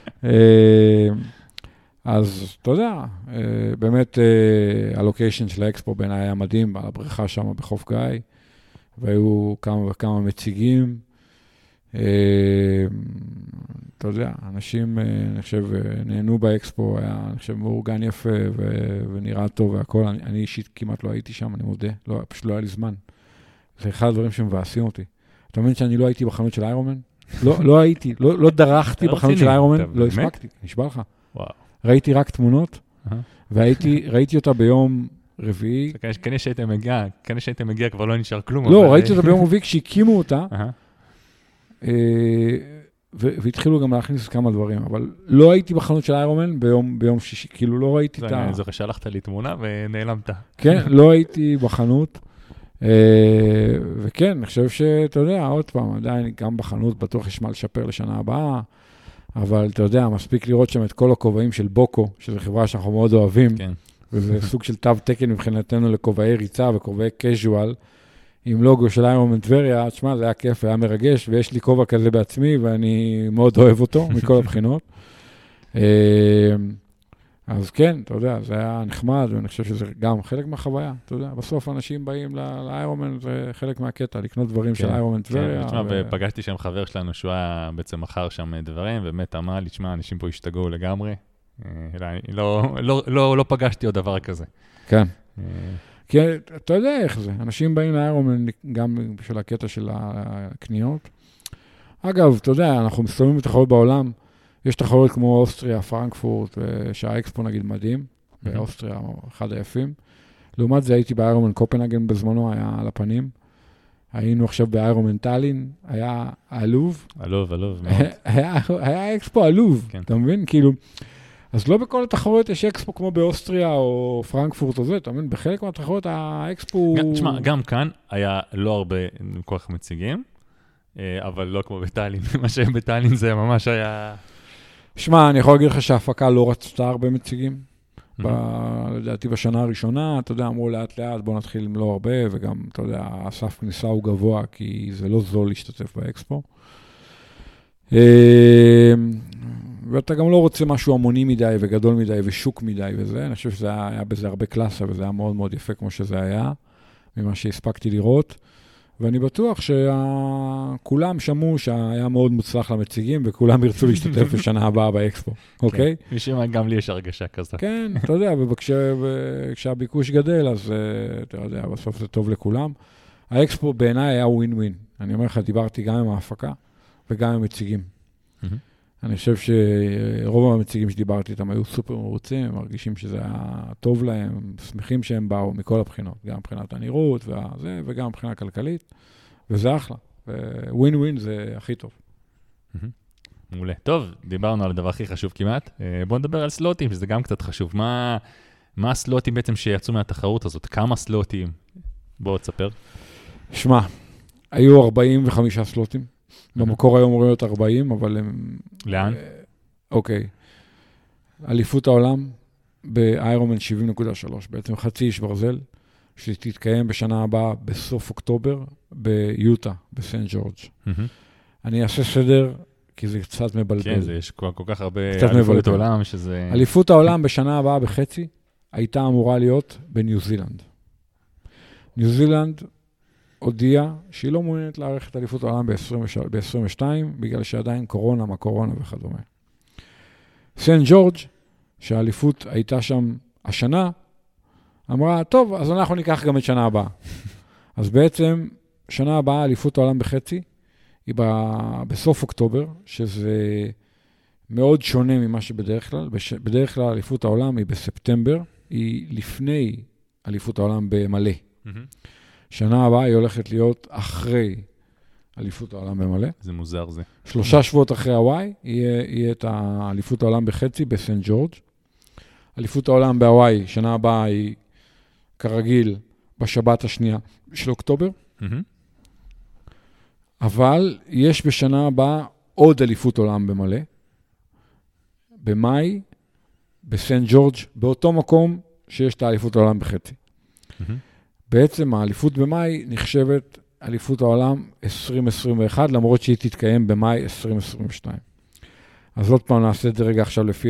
אז אתה יודע, באמת הלוקיישן של האקספו בעיניי היה מדהים, על הבריכה שם בחוף גיא, והיו כמה וכמה מציגים, אתה יודע, אנשים, אני חושב, נהנו באקספו, היה, אני חושב, מאורגן יפה ו- ונראה טוב והכל. אני, אני אישית כמעט לא הייתי שם, אני מודה, לא, פשוט לא היה לי זמן. זה אחד הדברים שמבאסים אותי. אתה מבין שאני לא הייתי בחנות של איירון מן? לא, לא הייתי, לא, לא דרכתי בחנות של איירון מן, לא הספקתי, נשבע לך. וואו. ראיתי רק תמונות, והייתי, ראיתי אותה ביום רביעי. כנראה שהייתם מגיע, כנראה שהייתם מגיע, כבר לא נשאר כלום. לא, ראיתי אותה ביום רביעי כשהקימו אותה. והתחילו גם להכניס כמה דברים, אבל לא הייתי בחנות של איירון מן ביום, ביום שישי, כאילו לא ראיתי את ה... אני זוכר שלחת לי תמונה ונעלמת. כן, לא הייתי בחנות, וכן, אני חושב שאתה יודע, עוד פעם, עדיין גם בחנות בטוח יש מה לשפר לשנה הבאה, אבל אתה יודע, מספיק לראות שם את כל הכובעים של בוקו, שזו חברה שאנחנו מאוד אוהבים, כן. וזה סוג של תו תקן מבחינתנו לכובעי ריצה וכובעי קז'ואל, עם לוגו של איירון מן טבריה, תשמע, זה היה כיף, היה מרגש, ויש לי כובע כזה בעצמי, ואני מאוד אוהב אותו, מכל הבחינות. אז כן, אתה יודע, זה היה נחמד, ואני חושב שזה גם חלק מהחוויה, אתה יודע, בסוף אנשים באים לאיירון מן, זה חלק מהקטע, לקנות דברים של איירון מן טבריה. כן, תשמע, ופגשתי שם חבר שלנו, שהוא היה בעצם מכר שם דברים, ובאמת אמר לי, תשמע, אנשים פה השתגעו לגמרי, לא פגשתי עוד דבר כזה. כן. כי אתה יודע איך זה, אנשים באים לאיירון גם בשביל הקטע של הקניות. אגב, אתה יודע, אנחנו מסתובבים בתחרות בעולם, יש תחרות כמו אוסטריה, פרנקפורט, שהאקספו נגיד מדהים, באוסטריה אחד היפים. לעומת זה הייתי באיירון קופנהגן בזמנו, היה על הפנים. היינו עכשיו באיירון טאלין, היה עלוב. עלוב, עלוב מאוד. היה אקספו עלוב, אתה מבין? כאילו... אז לא בכל התחרויות יש אקספו כמו באוסטריה או פרנקפורט או זה, אתה מבין? בחלק מהתחרויות האקספו... תשמע, גם כאן היה לא הרבה כל כך מציגים, אבל לא כמו בטאלין. מה שבטאלין זה ממש היה... שמע, אני יכול להגיד לך שההפקה לא רצתה הרבה מציגים. לדעתי בשנה הראשונה, אתה יודע, אמרו לאט לאט, בוא נתחיל עם לא הרבה, וגם, אתה יודע, הסף כניסה הוא גבוה, כי זה לא זול להשתתף באקספו. ואתה גם לא רוצה משהו המוני מדי וגדול מדי ושוק מדי וזה, אני חושב שזה היה בזה הרבה קלאסה, וזה היה מאוד מאוד יפה כמו שזה היה, ממה שהספקתי לראות. ואני בטוח שכולם שמעו שהיה מאוד מוצלח למציגים, וכולם ירצו להשתתף בשנה הבאה באקספו, אוקיי? משום גם לי יש הרגשה כזאת. כן, אתה יודע, וכשהביקוש גדל, אז אתה יודע, בסוף זה טוב לכולם. האקספו בעיניי היה ווין ווין. אני אומר לך, דיברתי גם עם ההפקה, וגם עם מציגים. אני חושב שרוב המציגים שדיברתי איתם היו סופר מרוצים, הם מרגישים שזה היה טוב להם, שמחים שהם באו מכל הבחינות, גם מבחינת הנראות וזה, וגם מבחינה כלכלית, וזה אחלה. ווין ווין זה הכי טוב. מעולה. טוב, דיברנו על הדבר הכי חשוב כמעט. בואו נדבר על סלוטים, שזה גם קצת חשוב. מה, מה הסלוטים בעצם שיצאו מהתחרות הזאת? כמה סלוטים? בואו תספר. שמע, היו ארבעים וחמישה סלוטים. במקור היום אמורים להיות ארבעים, אבל הם... לאן? אוקיי. אליפות העולם באיירומן שבעים נקודה שלוש, בעצם חצי איש ברזל, שתתקיים בשנה הבאה בסוף אוקטובר ביוטה, בסנט ג'ורג'. אני אעשה סדר, כי זה קצת מבלבל. כן, זה יש כל כך הרבה אליפות העולם שזה... אליפות העולם בשנה הבאה בחצי, הייתה אמורה להיות בניו זילנד. ניו זילנד הודיעה שהיא לא מעוניינת לערך את אליפות העולם ב-עשרים ושתיים, בגלל שעדיין קורונה, מה קורונה וכדומה. סנט ג'ורג', שהאליפות הייתה שם השנה, אמרה, טוב, אז אנחנו ניקח גם את שנה הבאה. אז בעצם, שנה הבאה, אליפות העולם בחצי, היא בסוף אוקטובר, שזה מאוד שונה ממה שבדרך כלל. בדרך כלל, אליפות העולם היא בספטמבר, היא לפני אליפות העולם במלא. שנה הבאה היא הולכת להיות אחרי אליפות העולם במלא. זה מוזר זה. שלושה שבועות אחרי הוואי, יהיה, יהיה את אליפות העולם בחצי בסנט ג'ורג'. אליפות העולם בהוואי, שנה הבאה היא כרגיל בשבת השנייה של אוקטובר. אבל יש בשנה הבאה עוד אליפות עולם במלא. במאי, בסנט ג'ורג', באותו מקום שיש את האליפות העולם בחצי. בעצם האליפות במאי נחשבת אליפות העולם עשרים עשרים ואחת, למרות שהיא תתקיים במאי עשרים עשרים ושתיים. אז עוד פעם נעשה את זה רגע עכשיו לפי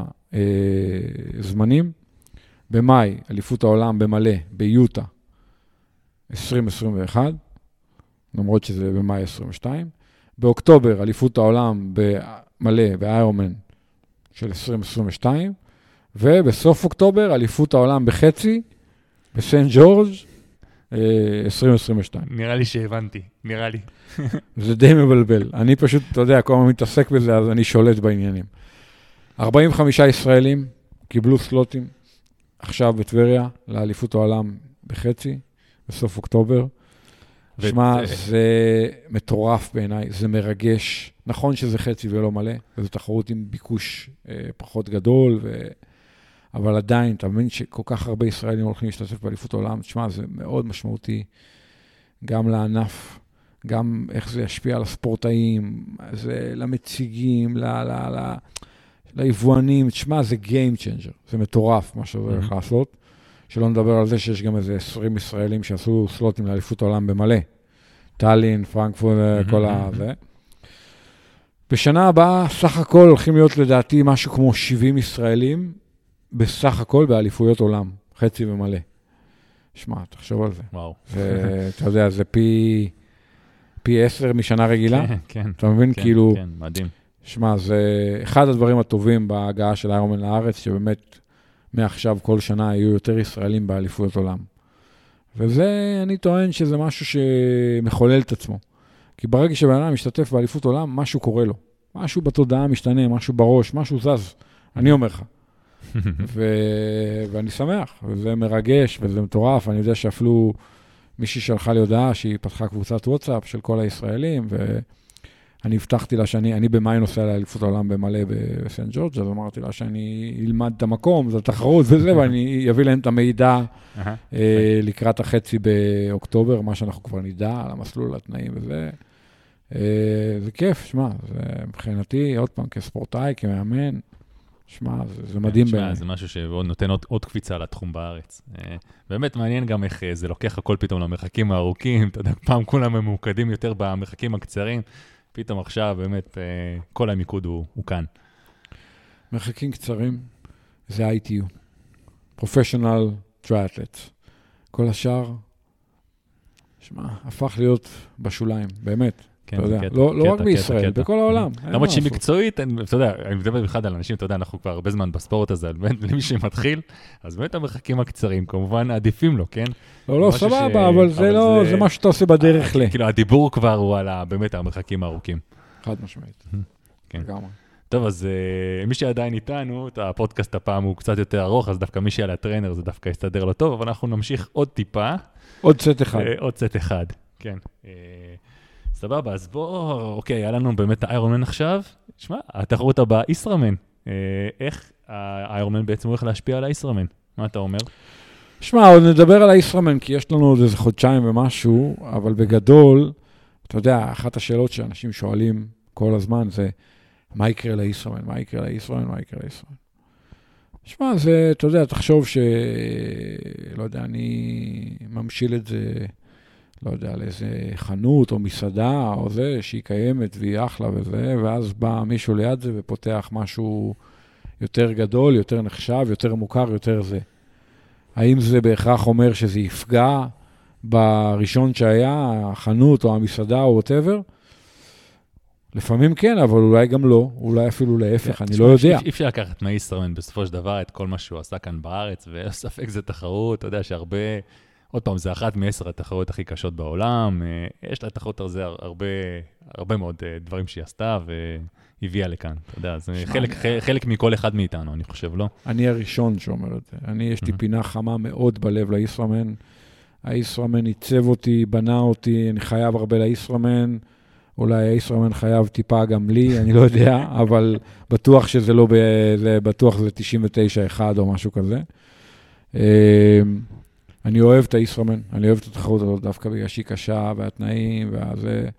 הזמנים. במאי, אליפות העולם במלא, ביוטה, עשרים עשרים ואחת, למרות שזה במאי עשרים ושתיים. באוקטובר, אליפות העולם במלא, באיירומן, של עשרים עשרים ושתיים. ובסוף אוקטובר, אליפות העולם בחצי, בסנט ג'ורג' עשרים עשרים ושתיים. נראה לי שהבנתי, נראה לי. זה די מבלבל. אני פשוט, אתה יודע, כל הזמן מתעסק בזה, אז אני שולט בעניינים. ארבעים וחמישה ישראלים קיבלו סלוטים עכשיו בטבריה, לאליפות העולם בחצי, בסוף אוקטובר. שמע, זה מטורף בעיניי, זה מרגש. נכון שזה חצי ולא מלא, וזו תחרות עם ביקוש פחות גדול, ו... אבל עדיין, אתה מבין שכל כך הרבה ישראלים הולכים להשתתף באליפות העולם, תשמע, זה מאוד משמעותי, גם לענף, גם איך זה ישפיע על הספורטאים, זה למציגים, ל, ל, ל, ליבואנים, תשמע, זה game changer, זה מטורף מה שזה הולך לעשות, שלא נדבר על זה שיש גם איזה עשרים ישראלים שעשו סלוטים לאליפות העולם במלא, טלין, פרנקפורט, כל הזה. בשנה הבאה, סך הכל הולכים להיות לדעתי משהו כמו שבעים ישראלים, בסך הכל באליפויות עולם, חצי ומלא. שמע, תחשוב על זה. וואו. אתה יודע, זה פי, פי עשר משנה רגילה. כן, כן. אתה מבין? כן, כאילו... כן, מדהים. שמע, זה אחד הדברים הטובים בהגעה של איירומן לארץ, שבאמת מעכשיו כל שנה יהיו יותר ישראלים באליפויות עולם. וזה, אני טוען שזה משהו שמחולל את עצמו. כי ברגע שבן אדם משתתף באליפות עולם, משהו קורה לו. משהו בתודעה משתנה, משהו בראש, משהו זז. אני אומר לך. ו- ואני שמח, וזה מרגש, וזה מטורף. אני יודע שאפילו מישהי שלחה לי הודעה שהיא פתחה קבוצת וואטסאפ של כל הישראלים, ואני הבטחתי לה שאני, אני במאי נוסע לאליפות העולם במלא בסנט ג'ורג', אז אמרתי לה שאני אלמד את המקום, זו תחרות וזה, ואני אביא להם את המידע אה, לקראת החצי באוקטובר, מה שאנחנו כבר נדע על המסלול, התנאים וזה. אה, זה כיף, שמע, זה מבחינתי, עוד פעם, כספורטאי, כמאמן, שמע, זה, זה מדהים בעיניי. זה משהו שנותן עוד, עוד קפיצה לתחום בארץ. באמת מעניין גם איך זה לוקח הכל פתאום למרחקים הארוכים, אתה יודע, פעם כולם ממוקדים יותר במרחקים הקצרים, פתאום עכשיו באמת כל המיקוד הוא, הוא כאן. מרחקים קצרים זה איי טי יו, Professional Triathletes. כל השאר, שמע, הפך להיות בשוליים, באמת. כן, אתה יודע, קטע, לא, קטע, לא רק קטע, בישראל, קטע. בכל העולם. למרות שהיא מקצועית, אתה יודע, אני מדבר בכלל על אנשים, אתה יודע, אנחנו כבר הרבה זמן בספורט הזה, באמת, למי שמתחיל, אז באמת המרחקים הקצרים, כמובן עדיפים לו, כן? לא, לא, סבבה, אבל זה לא, זה מה שאתה עושה בדרך ל... כאילו, הדיבור כבר הוא על באמת המרחקים הארוכים. חד משמעית. כן. לגמרי. טוב, אז מי שעדיין איתנו, הפודקאסט הפעם הוא קצת יותר ארוך, אז דווקא מי שעל הטרנר זה דווקא יסתדר לו טוב, אבל אנחנו נמשיך עוד טיפה. עוד סט אחד. עוד סט אחד, כן. סבבה, אז בוא, אוקיי, היה לנו באמת האיירונמן עכשיו. תשמע, התחרות הבאה, ישראמן. איך האיירונמן בעצם הולך להשפיע על הישראמן? מה אתה אומר? תשמע, עוד נדבר על הישראמן, כי יש לנו עוד איזה חודשיים ומשהו, אבל בגדול, אתה יודע, אחת השאלות שאנשים שואלים כל הזמן זה, מה יקרה לישראמן? מה יקרה לישראמן? מה יקרה לישראמן? תשמע, זה, אתה יודע, תחשוב ש... לא יודע, אני ממשיל את זה... לא יודע, לאיזה חנות או מסעדה או זה, שהיא קיימת והיא אחלה וזה, ואז בא מישהו ליד זה ופותח משהו יותר גדול, יותר נחשב, יותר מוכר, יותר זה. האם זה בהכרח אומר שזה יפגע בראשון שהיה, החנות או המסעדה או whatever? לפעמים כן, אבל אולי גם לא, אולי אפילו להפך, אני לא יודע. אי אפשר לקחת מהישראמן בסופו של דבר את כל מה שהוא עשה כאן בארץ, וספק זה תחרות, אתה יודע שהרבה... עוד פעם, זה אחת מעשר התחרות הכי קשות בעולם, יש לה תחרות על זה הרבה, הרבה מאוד דברים שהיא עשתה והביאה לכאן, אתה יודע, זה חלק, חלק מכל אחד מאיתנו, אני חושב, לא? אני הראשון שאומר את זה, אני, יש לי פינה חמה מאוד בלב לישראמן, הישראמן ייצב אותי, בנה אותי, אני חייב הרבה לישראמן, אולי הישראמן חייב טיפה גם לי, אני לא יודע, אבל בטוח שזה לא, זה, בטוח זה תשעים ותשע אחד או משהו כזה. אני אוהב את הישראמן, אני אוהב את התחרות הזאת דווקא בגלל שהיא קשה, והתנאים, והזה.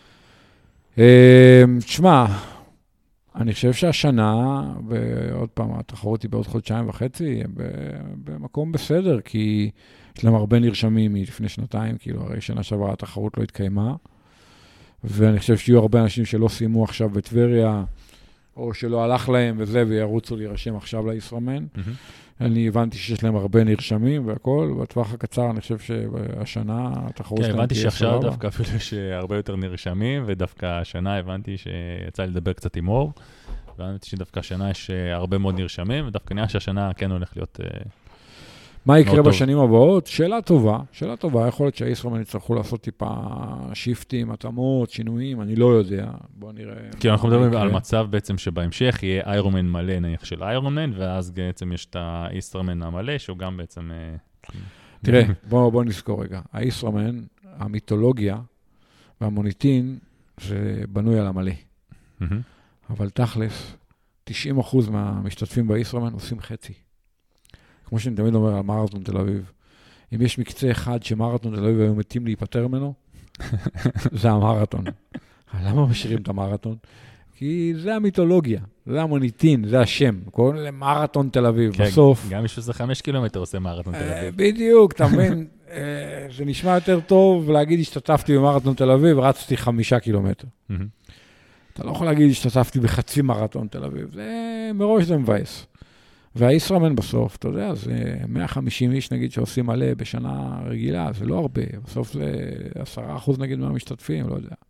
תשמע, אני חושב שהשנה, ועוד פעם, התחרות היא בעוד חודשיים וחצי, במקום בסדר, כי יש להם הרבה נרשמים מלפני שנתיים, כאילו, הרי שנה שעברה התחרות לא התקיימה, ואני חושב שיהיו הרבה אנשים שלא סיימו עכשיו בטבריה, או שלא הלך להם וזה, וירוצו להירשם עכשיו לישראמן. אני הבנתי שיש להם הרבה נרשמים והכל, בטווח הקצר אני חושב שהשנה התחרות שלהם תהיה סבבה. כן, הבנתי שעכשיו דווקא אפילו יש הרבה יותר נרשמים, ודווקא השנה הבנתי שיצא לי לדבר קצת עם אור, והבנתי שדווקא השנה יש הרבה מאוד נרשמים, ודווקא נראה שהשנה כן הולך להיות... מה יקרה בשנים הבאות? שאלה טובה, שאלה טובה, יכול להיות שהישראמן יצטרכו לעשות טיפה שיפטים, התאמות, שינויים, אני לא יודע, בוא נראה. כי אנחנו מדברים על מצב בעצם שבהמשך יהיה איירונמן מלא נניח של איירונמן, ואז בעצם יש את הישראמן המלא, שהוא גם בעצם... תראה, בוא, בוא נזכור רגע, הישראמן, המיתולוגיה והמוניטין, זה בנוי על המלא. אבל תכלס, תשעים אחוז מהמשתתפים בישראמן עושים חצי. כמו שאני תמיד אומר על מרתון תל אביב, אם יש מקצה אחד שמרתון תל אביב היו מתים להיפטר ממנו, זה המרתון. למה משאירים את המרתון? כי זה המיתולוגיה, זה המוניטין, זה השם. קוראים למרתון תל אביב, בסוף. גם מישהו שזה חמש קילומטר עושה מרתון תל אביב. בדיוק, אתה מבין, זה נשמע יותר טוב להגיד השתתפתי במרתון תל אביב, רצתי חמישה קילומטר. אתה לא יכול להגיד השתתפתי בחצי מרתון תל אביב, זה מראש זה מבאס. והישראמן בסוף, אתה יודע, זה מאה וחמישים איש נגיד שעושים מלא בשנה רגילה, זה לא הרבה, בסוף זה עשרה אחוז נגיד מהמשתתפים, לא יודע.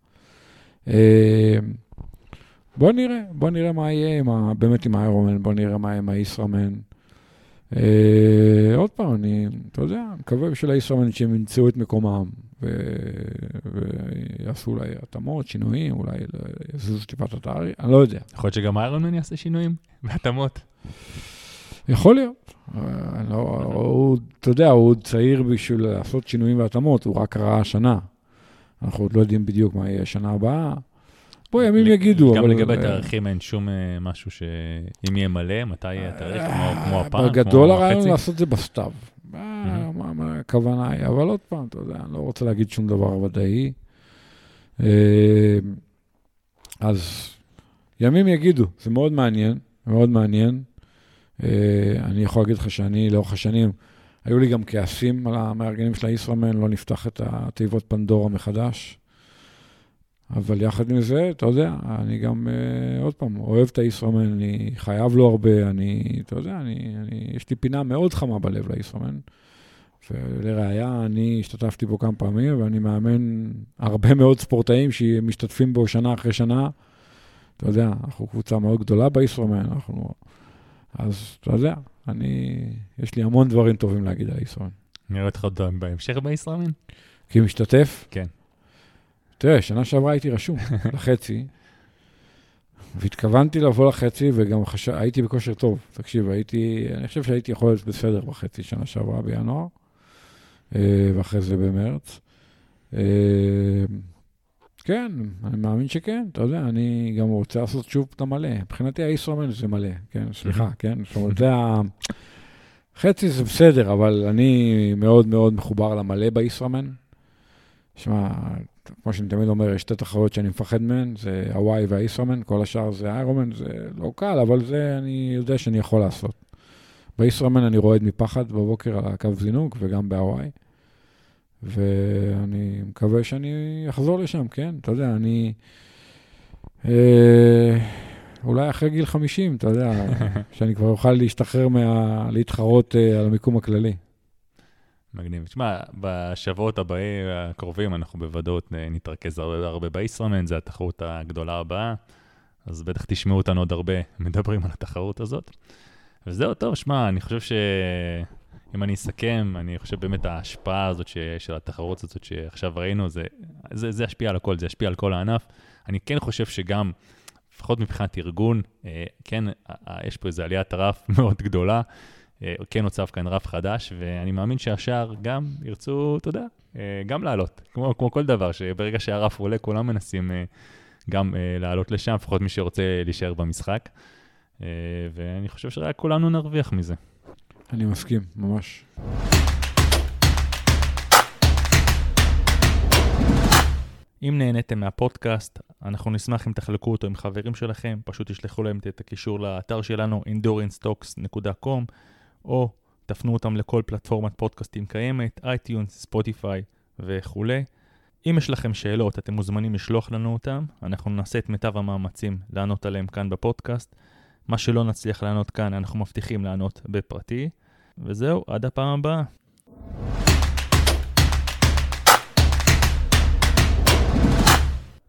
בוא נראה, בוא נראה מה יהיה עם ה, באמת עם האיירונמן, בוא נראה מה יהיה עם הישראמן. עוד פעם, אני, אתה יודע, מקווה בשביל הישראמן שהם ימצאו את מקומם, ויעשו אולי התאמות, שינויים, אולי יזוזו טיפת התאריך, אני לא יודע. יכול להיות שגם האיירונמן יעשה שינויים והתאמות. יכול להיות. הוא, אתה יודע, הוא צעיר בשביל לעשות שינויים והתאמות, הוא רק ראה השנה. אנחנו עוד לא יודעים בדיוק מה יהיה השנה הבאה. בוא, ימים יגידו. גם לגבי תאריכים אין שום משהו שאם יהיה מלא, מתי יהיה התאריך, כמו הפעם, בגדול הרעיון לעשות זה בסתיו. מה הכוונה היא? אבל עוד פעם, אתה יודע, אני לא רוצה להגיד שום דבר ודאי. אז ימים יגידו, זה מאוד מעניין, מאוד מעניין. אני יכול להגיד לך שאני לאורך השנים, היו לי גם כעסים על המארגנים של הישראמן, לא נפתח את התיבות פנדורה מחדש. אבל יחד עם זה, אתה יודע, אני גם, עוד פעם, אוהב את הישראמן, אני חייב לו הרבה, אני, אתה יודע, אני, אני, יש לי פינה מאוד חמה בלב לישראמן. ולראיה, אני השתתפתי בו כמה פעמים, ואני מאמן הרבה מאוד ספורטאים שמשתתפים בו שנה אחרי שנה. אתה יודע, אנחנו קבוצה מאוד גדולה בישראמן, אנחנו... אז אתה יודע, אני... יש לי המון דברים טובים להגיד על הישראמן. נראה אותך בהמשך בישראמן? כי משתתף? כן. תראה, שנה שעברה הייתי רשום לחצי, והתכוונתי לבוא לחצי, וגם חש... הייתי בכושר טוב. תקשיב, הייתי... אני חושב שהייתי יכול להיות בסדר בחצי שנה שעברה בינואר. ואחרי זה במרץ. כן, אני מאמין שכן, אתה יודע, אני גם רוצה לעשות שוב את המלא. מבחינתי הישראמן זה מלא, כן, סליחה, כן, זאת אומרת, זה ה... חצי זה בסדר, אבל אני מאוד מאוד מחובר למלא בישראמן. שמע, כמו שאני תמיד אומר, יש שתי תחרויות שאני מפחד מהן, זה הוואי והישראמן, כל השאר זה איירומן, זה לא קל, אבל זה אני יודע שאני יכול לעשות. בישראמן אני רועד מפחד בבוקר על הקו זינוק, וגם בהוואי. ואני מקווה שאני אחזור לשם, כן? אתה יודע, אני... אה, אולי אחרי גיל חמישים, אתה יודע, שאני כבר אוכל להשתחרר מה... להתחרות אה, על המיקום הכללי. מגניב. תשמע, בשבועות הבאים, הקרובים, אנחנו בוודאות נתרכז הרבה, הרבה בישראמן, זה התחרות הגדולה הבאה, אז בטח תשמעו אותנו עוד הרבה מדברים על התחרות הזאת. וזהו, טוב, שמע, אני חושב שאם אני אסכם, אני חושב באמת ההשפעה הזאת ש... של התחרות הזאת שעכשיו ראינו, זה, זה, זה ישפיע על הכל, זה ישפיע על כל הענף. אני כן חושב שגם, לפחות מבחינת ארגון, כן, יש פה איזו עליית רף מאוד גדולה, כן נוצב כאן רף חדש, ואני מאמין שהשאר גם ירצו, אתה יודע, גם לעלות, כמו, כמו כל דבר, שברגע שהרף עולה, כולם מנסים גם לעלות לשם, לפחות מי שרוצה להישאר במשחק. ואני חושב שרק כולנו נרוויח מזה. אני מסכים, ממש. אם נהניתם מהפודקאסט, אנחנו נשמח אם תחלקו אותו עם חברים שלכם, פשוט תשלחו להם את הקישור לאתר שלנו, endurance talks דוט קום, או תפנו אותם לכל פלטפורמת פודקאסטים קיימת, אייטיונס, ספוטיפיי וכו'. אם יש לכם שאלות, אתם מוזמנים לשלוח לנו אותם, אנחנו נעשה את מיטב המאמצים לענות עליהם כאן בפודקאסט. מה שלא נצליח לענות כאן, אנחנו מבטיחים לענות בפרטי. וזהו, עד הפעם הבאה.